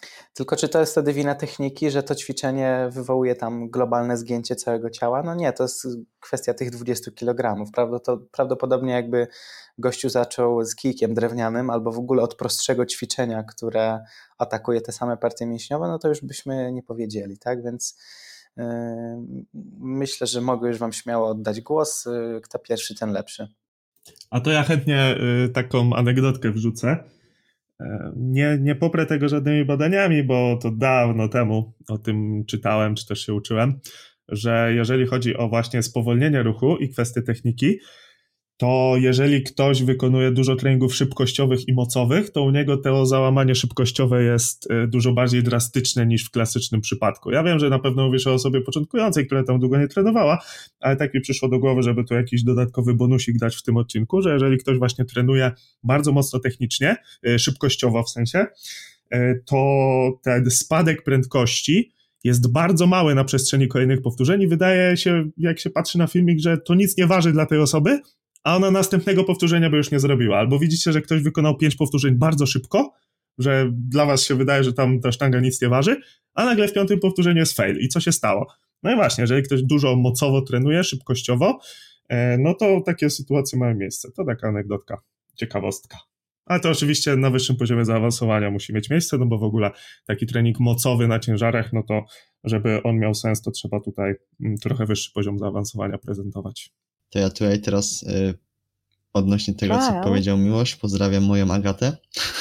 Tylko czy to jest wtedy wina techniki, że to ćwiczenie wywołuje tam globalne zgięcie całego ciała? No nie, to jest kwestia tych dwudziestu kilogramów. Prawdopodobnie jakby gościu zaczął z kijkiem drewnianym albo w ogóle od prostszego ćwiczenia, które atakuje te same partie mięśniowe, no to już byśmy nie powiedzieli, tak? Więc yy, myślę, że mogę już wam śmiało oddać głos. Yy, kto pierwszy, ten lepszy. A to ja chętnie y, taką anegdotkę wrzucę. Nie, nie poprę tego żadnymi badaniami, bo to dawno temu o tym czytałem, czy też się uczyłem, że jeżeli chodzi o właśnie spowolnienie ruchu i kwestie techniki, to jeżeli ktoś wykonuje dużo treningów szybkościowych i mocowych, to u niego to załamanie szybkościowe jest dużo bardziej drastyczne niż w klasycznym przypadku. Ja wiem, że na pewno mówisz o osobie początkującej, która tam długo nie trenowała, ale tak mi przyszło do głowy, żeby tu jakiś dodatkowy bonusik dać w tym odcinku, że jeżeli ktoś właśnie trenuje bardzo mocno technicznie, szybkościowo w sensie, to ten spadek prędkości jest bardzo mały na przestrzeni kolejnych powtórzeń i wydaje się, jak się patrzy na filmik, że to nic nie waży dla tej osoby, a ona następnego powtórzenia by już nie zrobiła. Albo widzicie, że ktoś wykonał pięć powtórzeń bardzo szybko, że dla was się wydaje, że tam ta sztanga nic nie waży, a nagle w piątym powtórzeniu jest fail. I co się stało? No i właśnie, jeżeli ktoś dużo mocowo trenuje, szybkościowo, no to takie sytuacje mają miejsce. To taka anegdotka, ciekawostka. Ale to oczywiście na wyższym poziomie zaawansowania musi mieć miejsce, no bo w ogóle taki trening mocowy na ciężarach, no to żeby on miał sens, to trzeba tutaj trochę wyższy poziom zaawansowania prezentować. To ja tutaj teraz y, odnośnie tego, co Wow. powiedział Miłosz, pozdrawiam moją Agatę,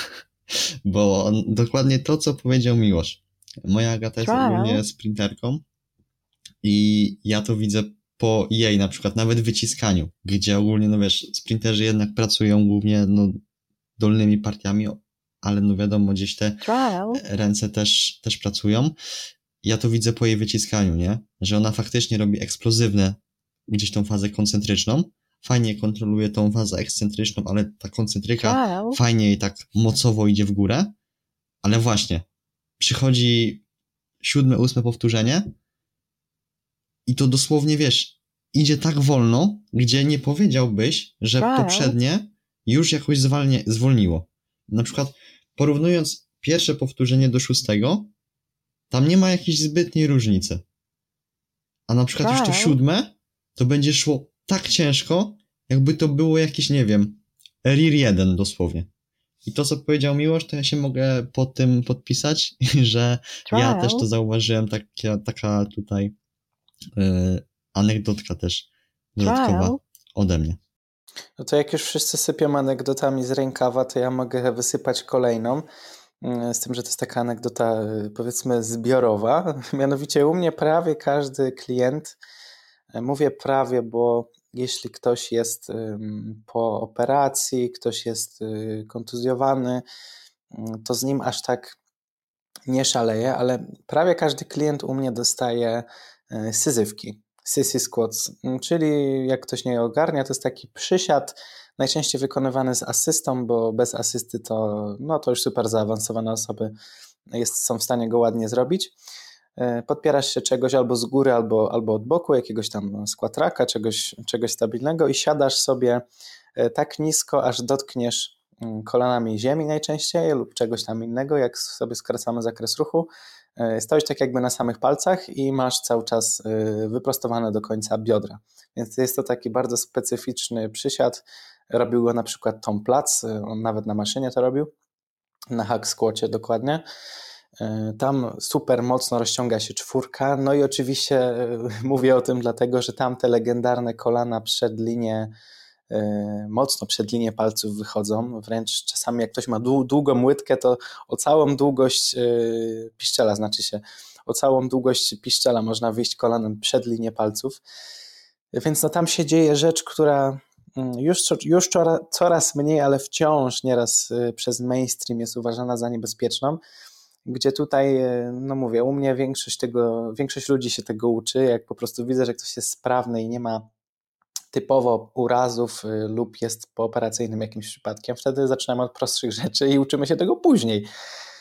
bo on, dokładnie to, co powiedział Miłosz. Moja Agata jest Wow. ogólnie sprinterką i ja to widzę po jej na przykład nawet wyciskaniu, gdzie ogólnie, no wiesz, sprinterzy jednak pracują głównie no, dolnymi partiami, ale no wiadomo, gdzieś te Trial. ręce też, też pracują. Ja to widzę po jej wyciskaniu, nie? Że ona faktycznie robi eksplozywne gdzieś tą fazę koncentryczną, fajnie kontroluje tą fazę ekscentryczną, ale ta koncentryka Trial. fajnie jej tak mocowo idzie w górę, ale właśnie przychodzi siódme, ósme powtórzenie i to dosłownie, wiesz, idzie tak wolno, gdzie nie powiedziałbyś, że Trial. poprzednie już jakoś zwalnie, zwolniło. Na przykład porównując pierwsze powtórzenie do szóstego, tam nie ma jakiejś zbytniej różnicy. A na przykład już to Trial. siódme, to będzie szło tak ciężko, jakby to było jakieś, nie wiem, R I R jeden dosłownie. I to, co powiedział Miłosz, to ja się mogę pod tym podpisać, że ja Trial. też to zauważyłem, taka, taka tutaj yy, anegdotka też dodatkowa Trial. ode mnie. No to jak już wszyscy sypią anegdotami z rękawa, to ja mogę wysypać kolejną. Z tym, że to jest taka anegdota, powiedzmy, zbiorowa. Mianowicie u mnie prawie każdy klient, mówię prawie, bo jeśli ktoś jest po operacji, ktoś jest kontuzjowany, to z nim aż tak nie szaleje, ale prawie każdy klient u mnie dostaje syzyfki, sissy squats, czyli jak ktoś nie ogarnia, to jest taki przysiad, najczęściej wykonywany z asystą, bo bez asysty to, no to już super zaawansowane osoby jest, są w stanie go ładnie zrobić. Podpierasz się czegoś albo z góry, albo, albo od boku, jakiegoś tam squatraka, czegoś, czegoś stabilnego i siadasz sobie tak nisko, aż dotkniesz kolanami ziemi najczęściej lub czegoś tam innego, jak sobie skracamy zakres ruchu. Stoisz tak jakby na samych palcach i masz cały czas wyprostowane do końca biodra. Więc jest to taki bardzo specyficzny przysiad. Robił go na przykład Tom Platz, on nawet na maszynie to robił, na hack squacie dokładnie. Tam super mocno rozciąga się czwórka, no i oczywiście mówię o tym dlatego, że tam te legendarne kolana przed linię, mocno przed linię palców wychodzą, wręcz czasami jak ktoś ma długą łydkę, to o całą długość piszczela, znaczy się o całą długość piszczela można wyjść kolanem przed linię palców, więc no tam się dzieje rzecz, która już, już coraz mniej, ale wciąż nieraz przez mainstream jest uważana za niebezpieczną, gdzie tutaj, no mówię, u mnie większość tego, większość ludzi się tego uczy, jak po prostu widzę, że ktoś jest sprawny i nie ma typowo urazów lub jest po operacyjnym jakimś przypadkiem, wtedy zaczynamy od prostszych rzeczy i uczymy się tego później.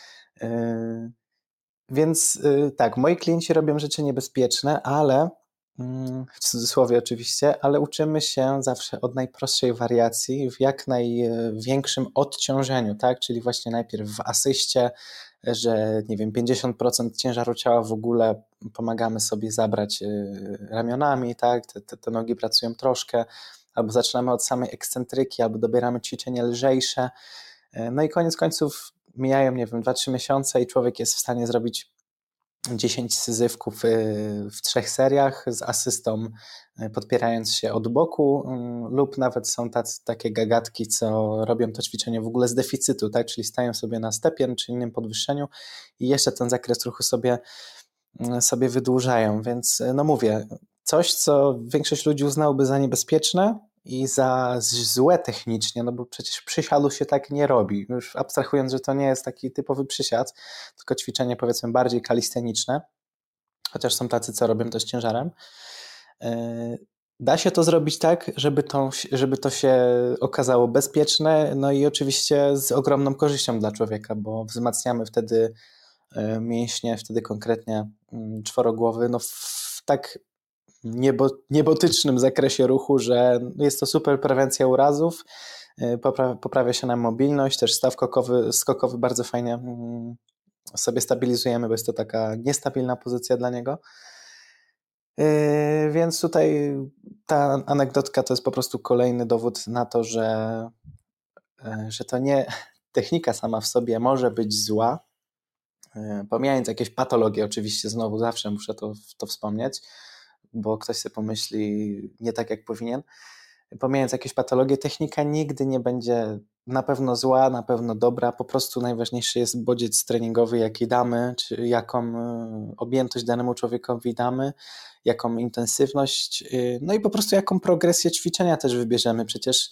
Yy, więc yy, tak, moi klienci robią rzeczy niebezpieczne, ale w cudzysłowie oczywiście, ale uczymy się zawsze od najprostszej wariacji w jak największym odciążeniu, tak? Czyli właśnie najpierw w asyście, że nie wiem, pięćdziesiąt procent ciężaru ciała w ogóle pomagamy sobie zabrać ramionami, tak? Te, te, te nogi pracują troszkę, albo zaczynamy od samej ekscentryki, albo dobieramy ćwiczenia lżejsze. No i koniec końców mijają, nie wiem, dwa trzy miesiące i człowiek jest w stanie zrobić dziesięć syzyfków w trzech seriach z asystą, podpierając się od boku, lub nawet są tacy, takie gagatki, co robią to ćwiczenie w ogóle z deficytu, tak? Czyli stają sobie na stepien czy innym podwyższeniu i jeszcze ten zakres ruchu sobie, sobie wydłużają, więc no mówię, coś, co większość ludzi uznałoby za niebezpieczne i za złe technicznie, no bo przecież przysiadu się tak nie robi, już abstrahując, że to nie jest taki typowy przysiad, tylko ćwiczenie powiedzmy bardziej kalisteniczne, chociaż są tacy, co robią to z ciężarem. Da się to zrobić tak, żeby to, żeby to się okazało bezpieczne, no i oczywiście z ogromną korzyścią dla człowieka, bo wzmacniamy wtedy mięśnie, wtedy konkretnie czworogłowy, no w tak niebo, niebotycznym zakresie ruchu, że jest to super prewencja urazów, poprawia, poprawia się nam mobilność, też staw skokowy, skokowy bardzo fajnie sobie stabilizujemy, bo jest to taka niestabilna pozycja dla niego. Yy, więc tutaj ta anegdotka to jest po prostu kolejny dowód na to, że, że to nie technika sama w sobie może być zła, yy, pomijając jakieś patologie oczywiście, znowu zawsze muszę to, to wspomnieć, bo ktoś sobie pomyśli nie tak jak powinien. Pomijając jakieś patologie, technika nigdy nie będzie na pewno zła, na pewno dobra, po prostu najważniejszy jest bodziec treningowy, jaki damy, czy jaką objętość danemu człowiekowi damy, jaką intensywność, no i po prostu jaką progresję ćwiczenia też wybierzemy. Przecież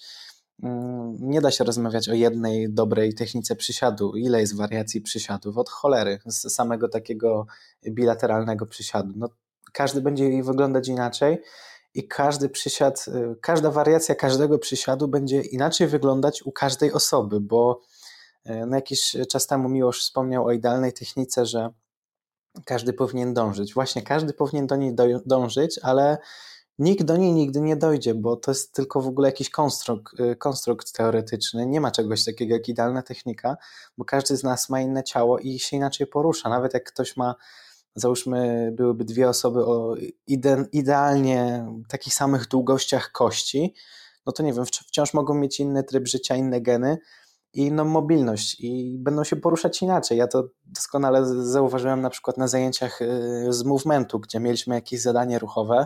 nie da się rozmawiać o jednej dobrej technice przysiadu. Ile jest wariacji przysiadów? Od cholery, z samego takiego bilateralnego przysiadu. No, każdy będzie wyglądać inaczej i każdy przysiad, każda wariacja każdego przysiadu będzie inaczej wyglądać u każdej osoby, bo no jakiś czas temu Miłosz wspomniał o idealnej technice, że każdy powinien dążyć. Właśnie każdy powinien do niej dążyć, ale nikt do niej nigdy nie dojdzie, bo to jest tylko w ogóle jakiś konstrukt, konstrukt teoretyczny. Nie ma czegoś takiego jak idealna technika, bo każdy z nas ma inne ciało i się inaczej porusza. Nawet jak ktoś ma, załóżmy, byłyby dwie osoby o ide, idealnie takich samych długościach kości, no to nie wiem, wciąż mogą mieć inny tryb życia, inne geny i inną mobilność i będą się poruszać inaczej. Ja to doskonale zauważyłem na przykład na zajęciach z movementu, gdzie mieliśmy jakieś zadanie ruchowe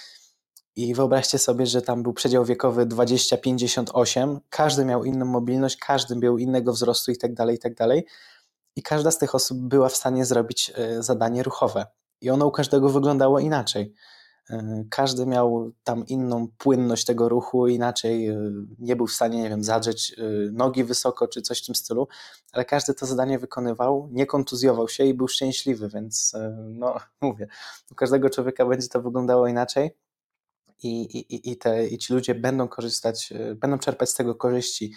i wyobraźcie sobie, że tam był przedział wiekowy dwadzieścia pięćdziesiąt osiem, każdy miał inną mobilność, każdy miał innego wzrostu i tak dalej, i tak dalej. I każda z tych osób była w stanie zrobić zadanie ruchowe. I ono u każdego wyglądało inaczej. Każdy miał tam inną płynność tego ruchu, inaczej nie był w stanie, nie wiem, zadrzeć nogi wysoko czy coś w tym stylu, ale każdy to zadanie wykonywał, nie kontuzjował się i był szczęśliwy, więc no mówię, u każdego człowieka będzie to wyglądało inaczej i, i, i, te, i ci ludzie będą korzystać, będą czerpać z tego korzyści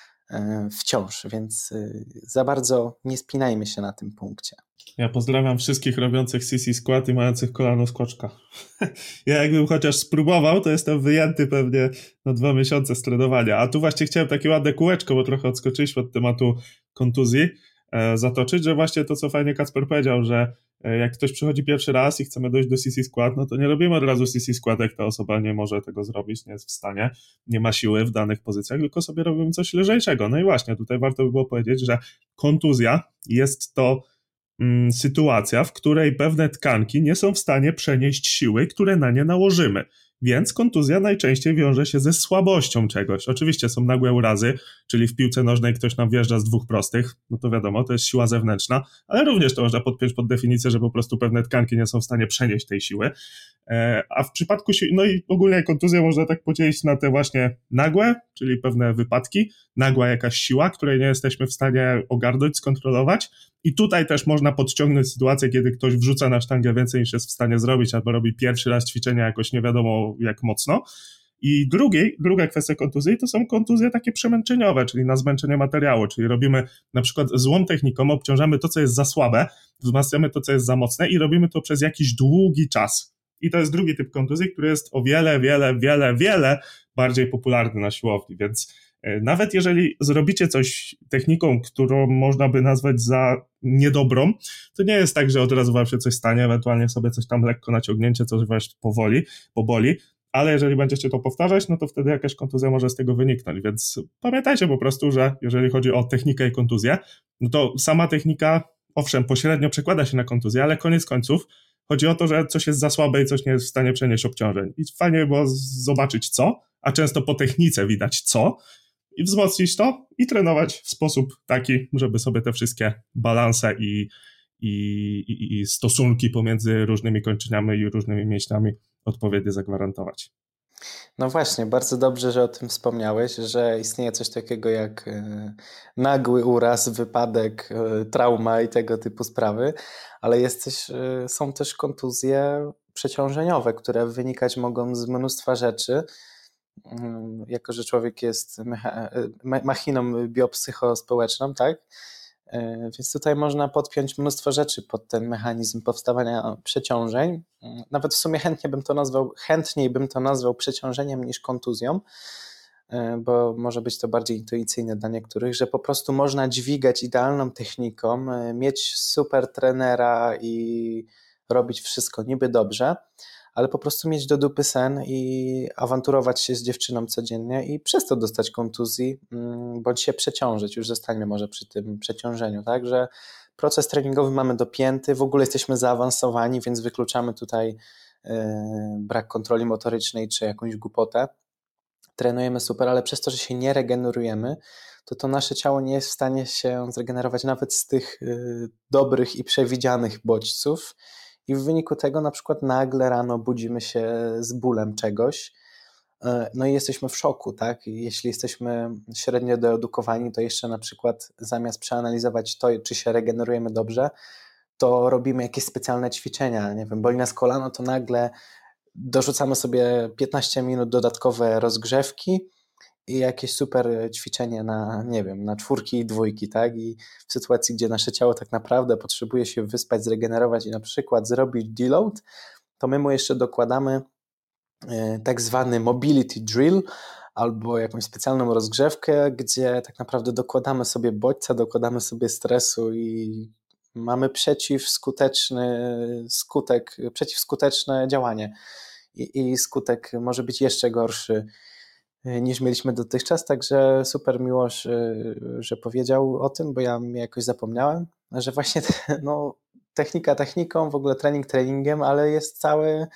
wciąż, więc za bardzo nie spinajmy się na tym punkcie. Ja pozdrawiam wszystkich robiących C C Squat i mających kolano skoczka. Ja jakbym chociaż spróbował, to jestem wyjęty pewnie na dwa miesiące z trenowania. A tu właśnie chciałem takie ładne kółeczko, bo trochę odskoczyliśmy od tematu kontuzji, e, zatoczyć, że właśnie to, co fajnie Kacper powiedział, że e, jak ktoś przychodzi pierwszy raz i chcemy dojść do C C Squat, no to nie robimy od razu C C Squat, jak ta osoba nie może tego zrobić, nie jest w stanie, nie ma siły w danych pozycjach, tylko sobie robimy coś lżejszego. No i właśnie tutaj warto by było powiedzieć, że kontuzja jest to sytuacja, w której pewne tkanki nie są w stanie przenieść siły, które na nie nałożymy. Więc kontuzja najczęściej wiąże się ze słabością czegoś. Oczywiście są nagłe urazy, czyli w piłce nożnej ktoś nam wjeżdża z dwóch prostych, no to wiadomo, to jest siła zewnętrzna, ale również to można podpiąć pod definicję, że po prostu pewne tkanki nie są w stanie przenieść tej siły. A w przypadku, no i ogólnie kontuzję można tak podzielić na te właśnie nagłe, czyli pewne wypadki, nagła jakaś siła, której nie jesteśmy w stanie ogarnąć, skontrolować. I tutaj też można podciągnąć sytuację, kiedy ktoś wrzuca na sztangę więcej niż jest w stanie zrobić, albo robi pierwszy raz ćwiczenia jakoś nie wiadomo jak mocno. I drugi, druga kwestia kontuzji to są kontuzje takie przemęczeniowe, czyli na zmęczenie materiału, czyli robimy na przykład złą techniką, obciążamy to, co jest za słabe, wzmacniamy to, co jest za mocne i robimy to przez jakiś długi czas. i to jest drugi typ kontuzji, który jest o wiele, wiele, wiele, wiele bardziej popularny na siłowni, więc nawet jeżeli zrobicie coś techniką, którą można by nazwać za niedobrą, to nie jest tak, że od razu wam się coś stanie, ewentualnie sobie coś tam lekko naciągnięcie, coś was powoli, poboli, ale jeżeli będziecie to powtarzać, no to wtedy jakaś kontuzja może z tego wyniknąć, więc pamiętajcie po prostu, że jeżeli chodzi o technikę i kontuzję, no to sama technika, owszem, pośrednio przekłada się na kontuzję, ale koniec końców chodzi o to, że coś jest za słabe i coś nie jest w stanie przenieść obciążeń. I fajnie by było zobaczyć co, a często po technice widać co, i wzmocnić to i trenować w sposób taki, żeby sobie te wszystkie balanse i, i, i, i stosunki pomiędzy różnymi kończynami i różnymi mięśniami odpowiednio zagwarantować. No właśnie, bardzo dobrze, że o tym wspomniałeś, że istnieje coś takiego jak e, nagły uraz, wypadek, e, trauma i tego typu sprawy, ale jest też, e, są też kontuzje przeciążeniowe, które wynikać mogą z mnóstwa rzeczy. Jako że człowiek jest mecha- machiną biopsychospołeczną, tak? Więc tutaj można podpiąć mnóstwo rzeczy pod ten mechanizm powstawania przeciążeń. Nawet w sumie chętnie bym to nazwał, chętniej bym to nazwał przeciążeniem niż kontuzją, bo może być to bardziej intuicyjne dla niektórych, że po prostu można dźwigać idealną techniką, mieć super trenera i robić wszystko niby dobrze, ale po prostu mieć do dupy sen i awanturować się z dziewczyną codziennie i przez to dostać kontuzji, bądź się przeciążyć. Już zostańmy może przy tym przeciążeniu, tak, że proces treningowy mamy dopięty, w ogóle jesteśmy zaawansowani, więc wykluczamy tutaj yy, brak kontroli motorycznej czy jakąś głupotę. Trenujemy super, ale przez to, że się nie regenerujemy, to to nasze ciało nie jest w stanie się zregenerować nawet z tych yy, dobrych i przewidzianych bodźców. I w wyniku tego na przykład nagle rano budzimy się z bólem czegoś, no i jesteśmy w szoku, tak? I jeśli jesteśmy średnio doedukowani, to jeszcze na przykład zamiast przeanalizować to, czy się regenerujemy dobrze, to robimy jakieś specjalne ćwiczenia, nie wiem, boli nas kolano, to nagle dorzucamy sobie piętnaście minut dodatkowe rozgrzewki i jakieś super ćwiczenie na, nie wiem, na czwórki i dwójki, tak? I w sytuacji, gdzie nasze ciało tak naprawdę potrzebuje się wyspać, zregenerować i na przykład zrobić deload, to my mu jeszcze dokładamy tak zwany mobility drill albo jakąś specjalną rozgrzewkę, gdzie tak naprawdę dokładamy sobie bodźca, dokładamy sobie stresu i mamy przeciwskuteczny skutek, przeciwskuteczne działanie. I, i skutek może być jeszcze gorszy niż mieliśmy dotychczas, także super Miłosz, że powiedział o tym, bo ja jakoś zapomniałem, że właśnie no, technika techniką, w ogóle trening treningiem, ale jest cały,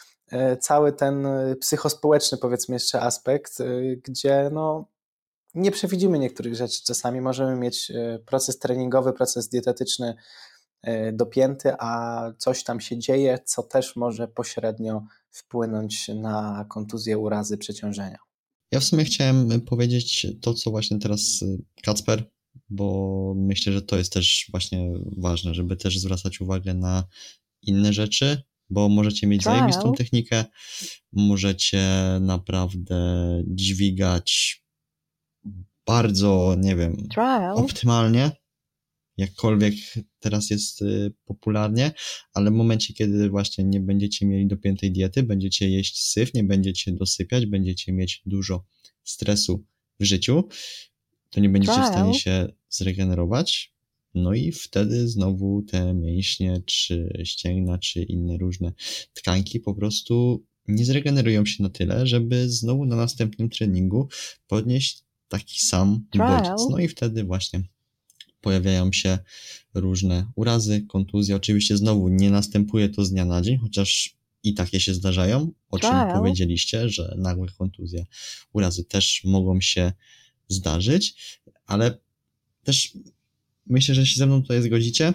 cały ten psychospołeczny, powiedzmy jeszcze aspekt, gdzie no, nie przewidzimy niektórych rzeczy. Czasami możemy mieć proces treningowy, proces dietetyczny dopięty, a coś tam się dzieje, co też może pośrednio wpłynąć na kontuzję, urazy, przeciążenia. Ja w sumie chciałem powiedzieć to, co właśnie teraz Kacper, bo myślę, że to jest też właśnie ważne, żeby też zwracać uwagę na inne rzeczy, bo możecie mieć Trial. zajebistą technikę, możecie naprawdę dźwigać bardzo, nie wiem, Trial. optymalnie, jakkolwiek teraz jest y, popularnie, ale w momencie, kiedy właśnie nie będziecie mieli dopiętej diety, będziecie jeść syf, nie będziecie dosypiać, będziecie mieć dużo stresu w życiu, to nie będziecie w stanie się zregenerować, no i wtedy znowu te mięśnie, czy ścięgna, czy inne różne tkanki po prostu nie zregenerują się na tyle, żeby znowu na następnym treningu podnieść taki sam bodziec. No i wtedy właśnie pojawiają się różne urazy, kontuzje. Oczywiście znowu nie następuje to z dnia na dzień, chociaż i takie się zdarzają, o czym Trial. powiedzieliście, że nagłe kontuzje, urazy też mogą się zdarzyć, ale też myślę, że się ze mną tutaj zgodzicie,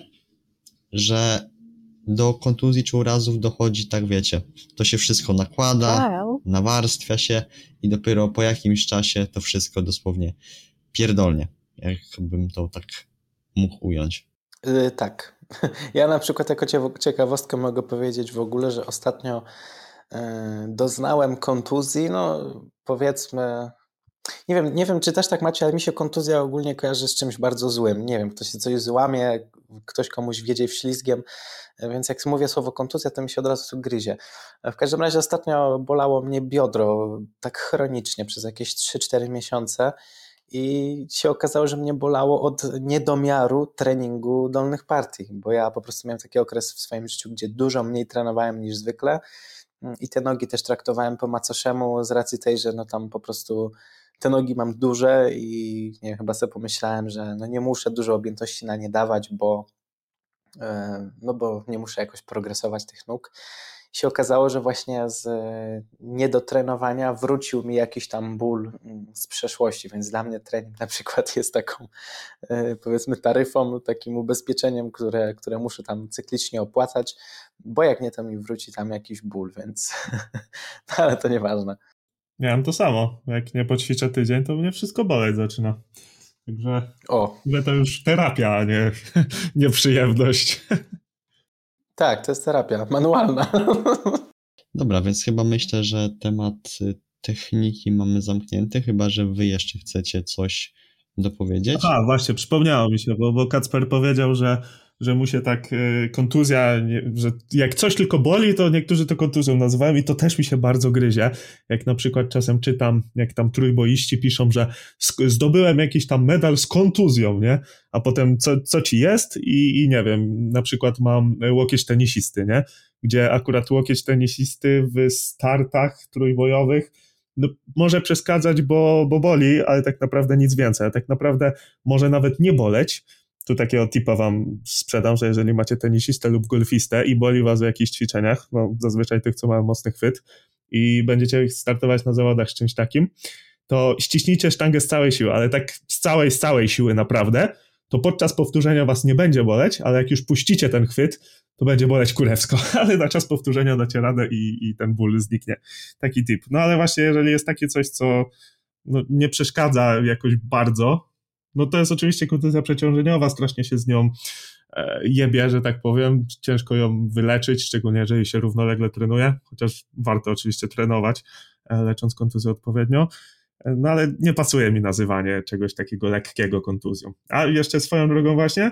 że do kontuzji czy urazów dochodzi, tak wiecie, to się wszystko nakłada, Trial. nawarstwia się i dopiero po jakimś czasie to wszystko dosłownie pierdolnie, jakbym to tak mógł ująć. Yy, tak. Ja na przykład jako ciekawostkę mogę powiedzieć w ogóle, że ostatnio yy, doznałem kontuzji, no powiedzmy Nie wiem, nie wiem, czy też tak macie, ale mi się kontuzja ogólnie kojarzy z czymś bardzo złym. Nie wiem, ktoś się coś złamie, ktoś komuś wjedzie wślizgiem, więc jak mówię słowo kontuzja, to mi się od razu tu gryzie. W każdym razie ostatnio bolało mnie biodro tak chronicznie przez jakieś trzy cztery miesiące i się okazało, że mnie bolało od niedomiaru treningu dolnych partii, bo ja po prostu miałem taki okres w swoim życiu, gdzie dużo mniej trenowałem niż zwykle i te nogi też traktowałem po macoszemu z racji tej, że no tam po prostu te nogi mam duże i nie wiem, chyba sobie pomyślałem, że no nie muszę dużo objętości na nie dawać, bo, no bo nie muszę jakoś progresować tych nóg. I się okazało, że właśnie z niedotrenowania wrócił mi jakiś tam ból z przeszłości, więc dla mnie trening na przykład jest taką, powiedzmy, taryfą, takim ubezpieczeniem, które, które muszę tam cyklicznie opłacać, bo jak nie, to mi wróci tam jakiś ból, więc ale to nieważne. Miałem to samo. Jak nie poćwiczę tydzień, to mnie wszystko boleć zaczyna. Także o. to już terapia, a nie, nie przyjemność. Tak, to jest terapia manualna. Dobra, więc chyba myślę, że temat techniki mamy zamknięty, chyba że wy jeszcze chcecie coś dopowiedzieć. Aha, właśnie, przypomniało mi się, bo, bo Kacper powiedział, że, że mu się tak y, kontuzja, nie, że jak coś tylko boli, to niektórzy to kontuzją nazywają i to też mi się bardzo gryzie. Jak na przykład czasem czytam, jak tam trójboiści piszą, że zdobyłem jakiś tam medal z kontuzją, nie? A potem co, co ci jest? I, I nie wiem, na przykład mam łokieć tenisisty, nie? Gdzie akurat łokieć tenisisty w startach trójbojowych no, może przeszkadzać, bo, bo boli, ale tak naprawdę nic więcej. A tak naprawdę może nawet nie boleć. Tu takiego tipa wam sprzedam, że jeżeli macie tenisistę lub golfistę i boli was w jakichś ćwiczeniach, no zazwyczaj tych, co mają mocny chwyt i będziecie startować na zawodach z czymś takim, to ściśnijcie sztangę z całej siły, ale tak z całej, z całej siły naprawdę, to podczas powtórzenia was nie będzie boleć, ale jak już puścicie ten chwyt, to będzie boleć kurewsko, ale na czas powtórzenia dacie radę i, i ten ból zniknie. Taki tip. No ale właśnie jeżeli jest takie coś, co no, nie przeszkadza jakoś bardzo, no to jest oczywiście kontuzja przeciążeniowa, strasznie się z nią e, jebie, że tak powiem. Ciężko ją wyleczyć, szczególnie jeżeli się równolegle trenuje, chociaż warto oczywiście trenować, e, lecząc kontuzję odpowiednio. No ale nie pasuje mi nazywanie czegoś takiego lekkiego kontuzją. A jeszcze swoją drogą właśnie,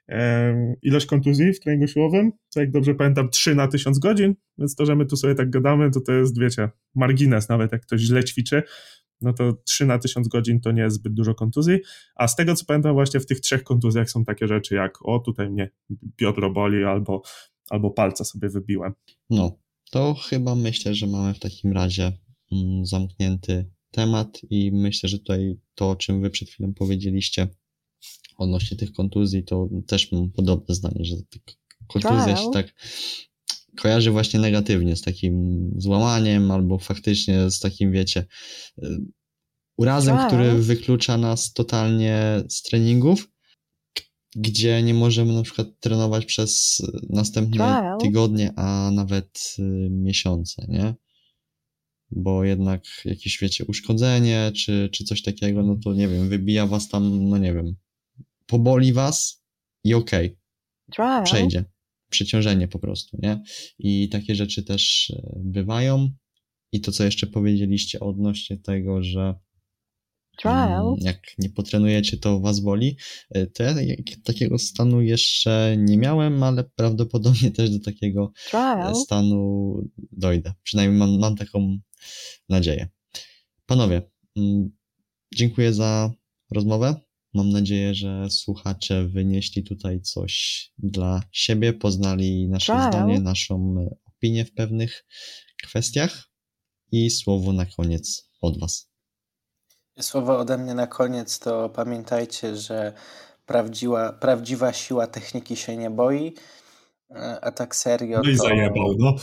e, ilość kontuzji w treningu siłowym, to jak dobrze pamiętam trzy na tysiąc godzin, więc to, że my tu sobie tak gadamy, to to jest, wiecie, margines, nawet jak ktoś źle ćwiczy, no to trzy na tysiąc godzin to nie jest zbyt dużo kontuzji, a z tego co pamiętam właśnie w tych trzech kontuzjach są takie rzeczy jak o tutaj mnie biodro boli albo, albo palca sobie wybiłem. No, to chyba myślę, że mamy w takim razie mm, zamknięty temat i myślę, że tutaj to, o czym wy przed chwilą powiedzieliście odnośnie tych kontuzji, to też mam podobne zdanie, że kontuzja się tak kojarzy właśnie negatywnie z takim złamaniem albo faktycznie z takim, wiecie, urazem, Trial. który wyklucza nas totalnie z treningów, gdzie nie możemy na przykład trenować przez następne Trial. tygodnie, a nawet miesiące, nie? Bo jednak jakieś, wiecie, uszkodzenie czy, czy coś takiego, no to nie wiem, wybija was tam, no nie wiem, poboli was i okej, okay, przejdzie. Przeciążenie po prostu, nie? I takie rzeczy też bywają. I to, co jeszcze powiedzieliście odnośnie tego, że um, jak nie potrenujecie, to was boli, to ja takiego stanu jeszcze nie miałem, ale prawdopodobnie też do takiego Trial. stanu dojdę. Przynajmniej mam, mam taką nadzieję. Panowie, dziękuję za rozmowę. Mam nadzieję, że słuchacze wynieśli tutaj coś dla siebie, poznali nasze Trial. zdanie, naszą opinię w pewnych kwestiach i słowo na koniec od was. Słowo ode mnie na koniec to pamiętajcie, że prawdziwa, prawdziwa siła techniki się nie boi, a tak serio to... No i zajebał, no.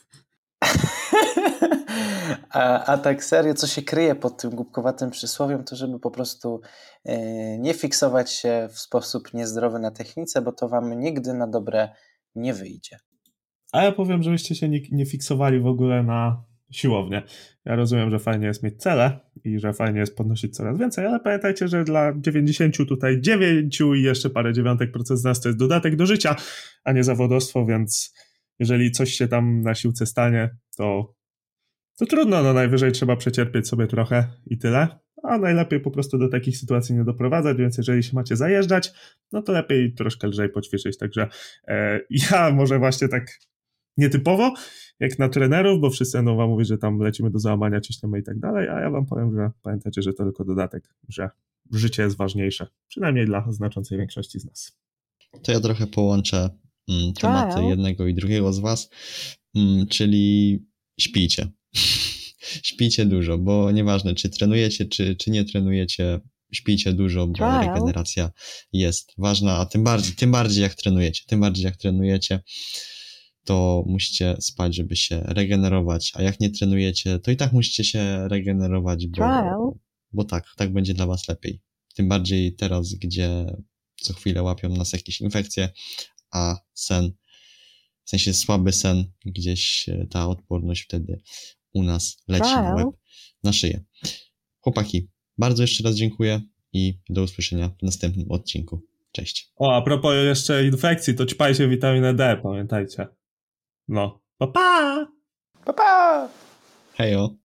A, a tak serio, co się kryje pod tym głupkowatym przysłowiem, to żeby po prostu yy, nie fiksować się w sposób niezdrowy na technice, bo to wam nigdy na dobre nie wyjdzie. A ja powiem, żebyście się nie, nie fiksowali w ogóle na siłownię. Ja rozumiem, że fajnie jest mieć cele i że fajnie jest podnosić coraz więcej, ale pamiętajcie, że dla dziewięćdziesięciu tutaj dziewięciu i jeszcze parę dziewiątek procent z nas to jest dodatek do życia, a nie zawodowstwo, więc jeżeli coś się tam na siłce stanie, to To trudno, no najwyżej trzeba przecierpieć sobie trochę i tyle, a najlepiej po prostu do takich sytuacji nie doprowadzać, więc jeżeli się macie zajeżdżać, no to lepiej troszkę lżej poćwiczyć, także e, ja może właśnie tak nietypowo, jak na trenerów, bo wszyscy będą wam mówić, że tam lecimy do załamania, ciśniemy i tak dalej, a ja wam powiem, że pamiętajcie, że to tylko dodatek, że życie jest ważniejsze, przynajmniej dla znaczącej większości z nas. To ja trochę połączę mm, tematy Wow. jednego i drugiego z was, mm, czyli śpijcie. Śpijcie dużo, bo nieważne, czy trenujecie, czy, czy nie trenujecie, śpijcie dużo, bo Wow. regeneracja jest ważna, a tym bardziej, tym bardziej jak trenujecie, tym bardziej jak trenujecie, to musicie spać, żeby się regenerować, a jak nie trenujecie, to i tak musicie się regenerować, bo, Wow. bo tak, tak będzie dla was lepiej. Tym bardziej teraz, gdzie co chwilę łapią nas jakieś infekcje, a sen, w sensie słaby sen, gdzieś ta odporność wtedy u nas leci w łeb na szyję. Chłopaki, bardzo jeszcze raz dziękuję i do usłyszenia w następnym odcinku. Cześć. O, a propos jeszcze infekcji, to ćpajcie witaminę D, pamiętajcie. No, pa pa! Pa, pa! Hejo.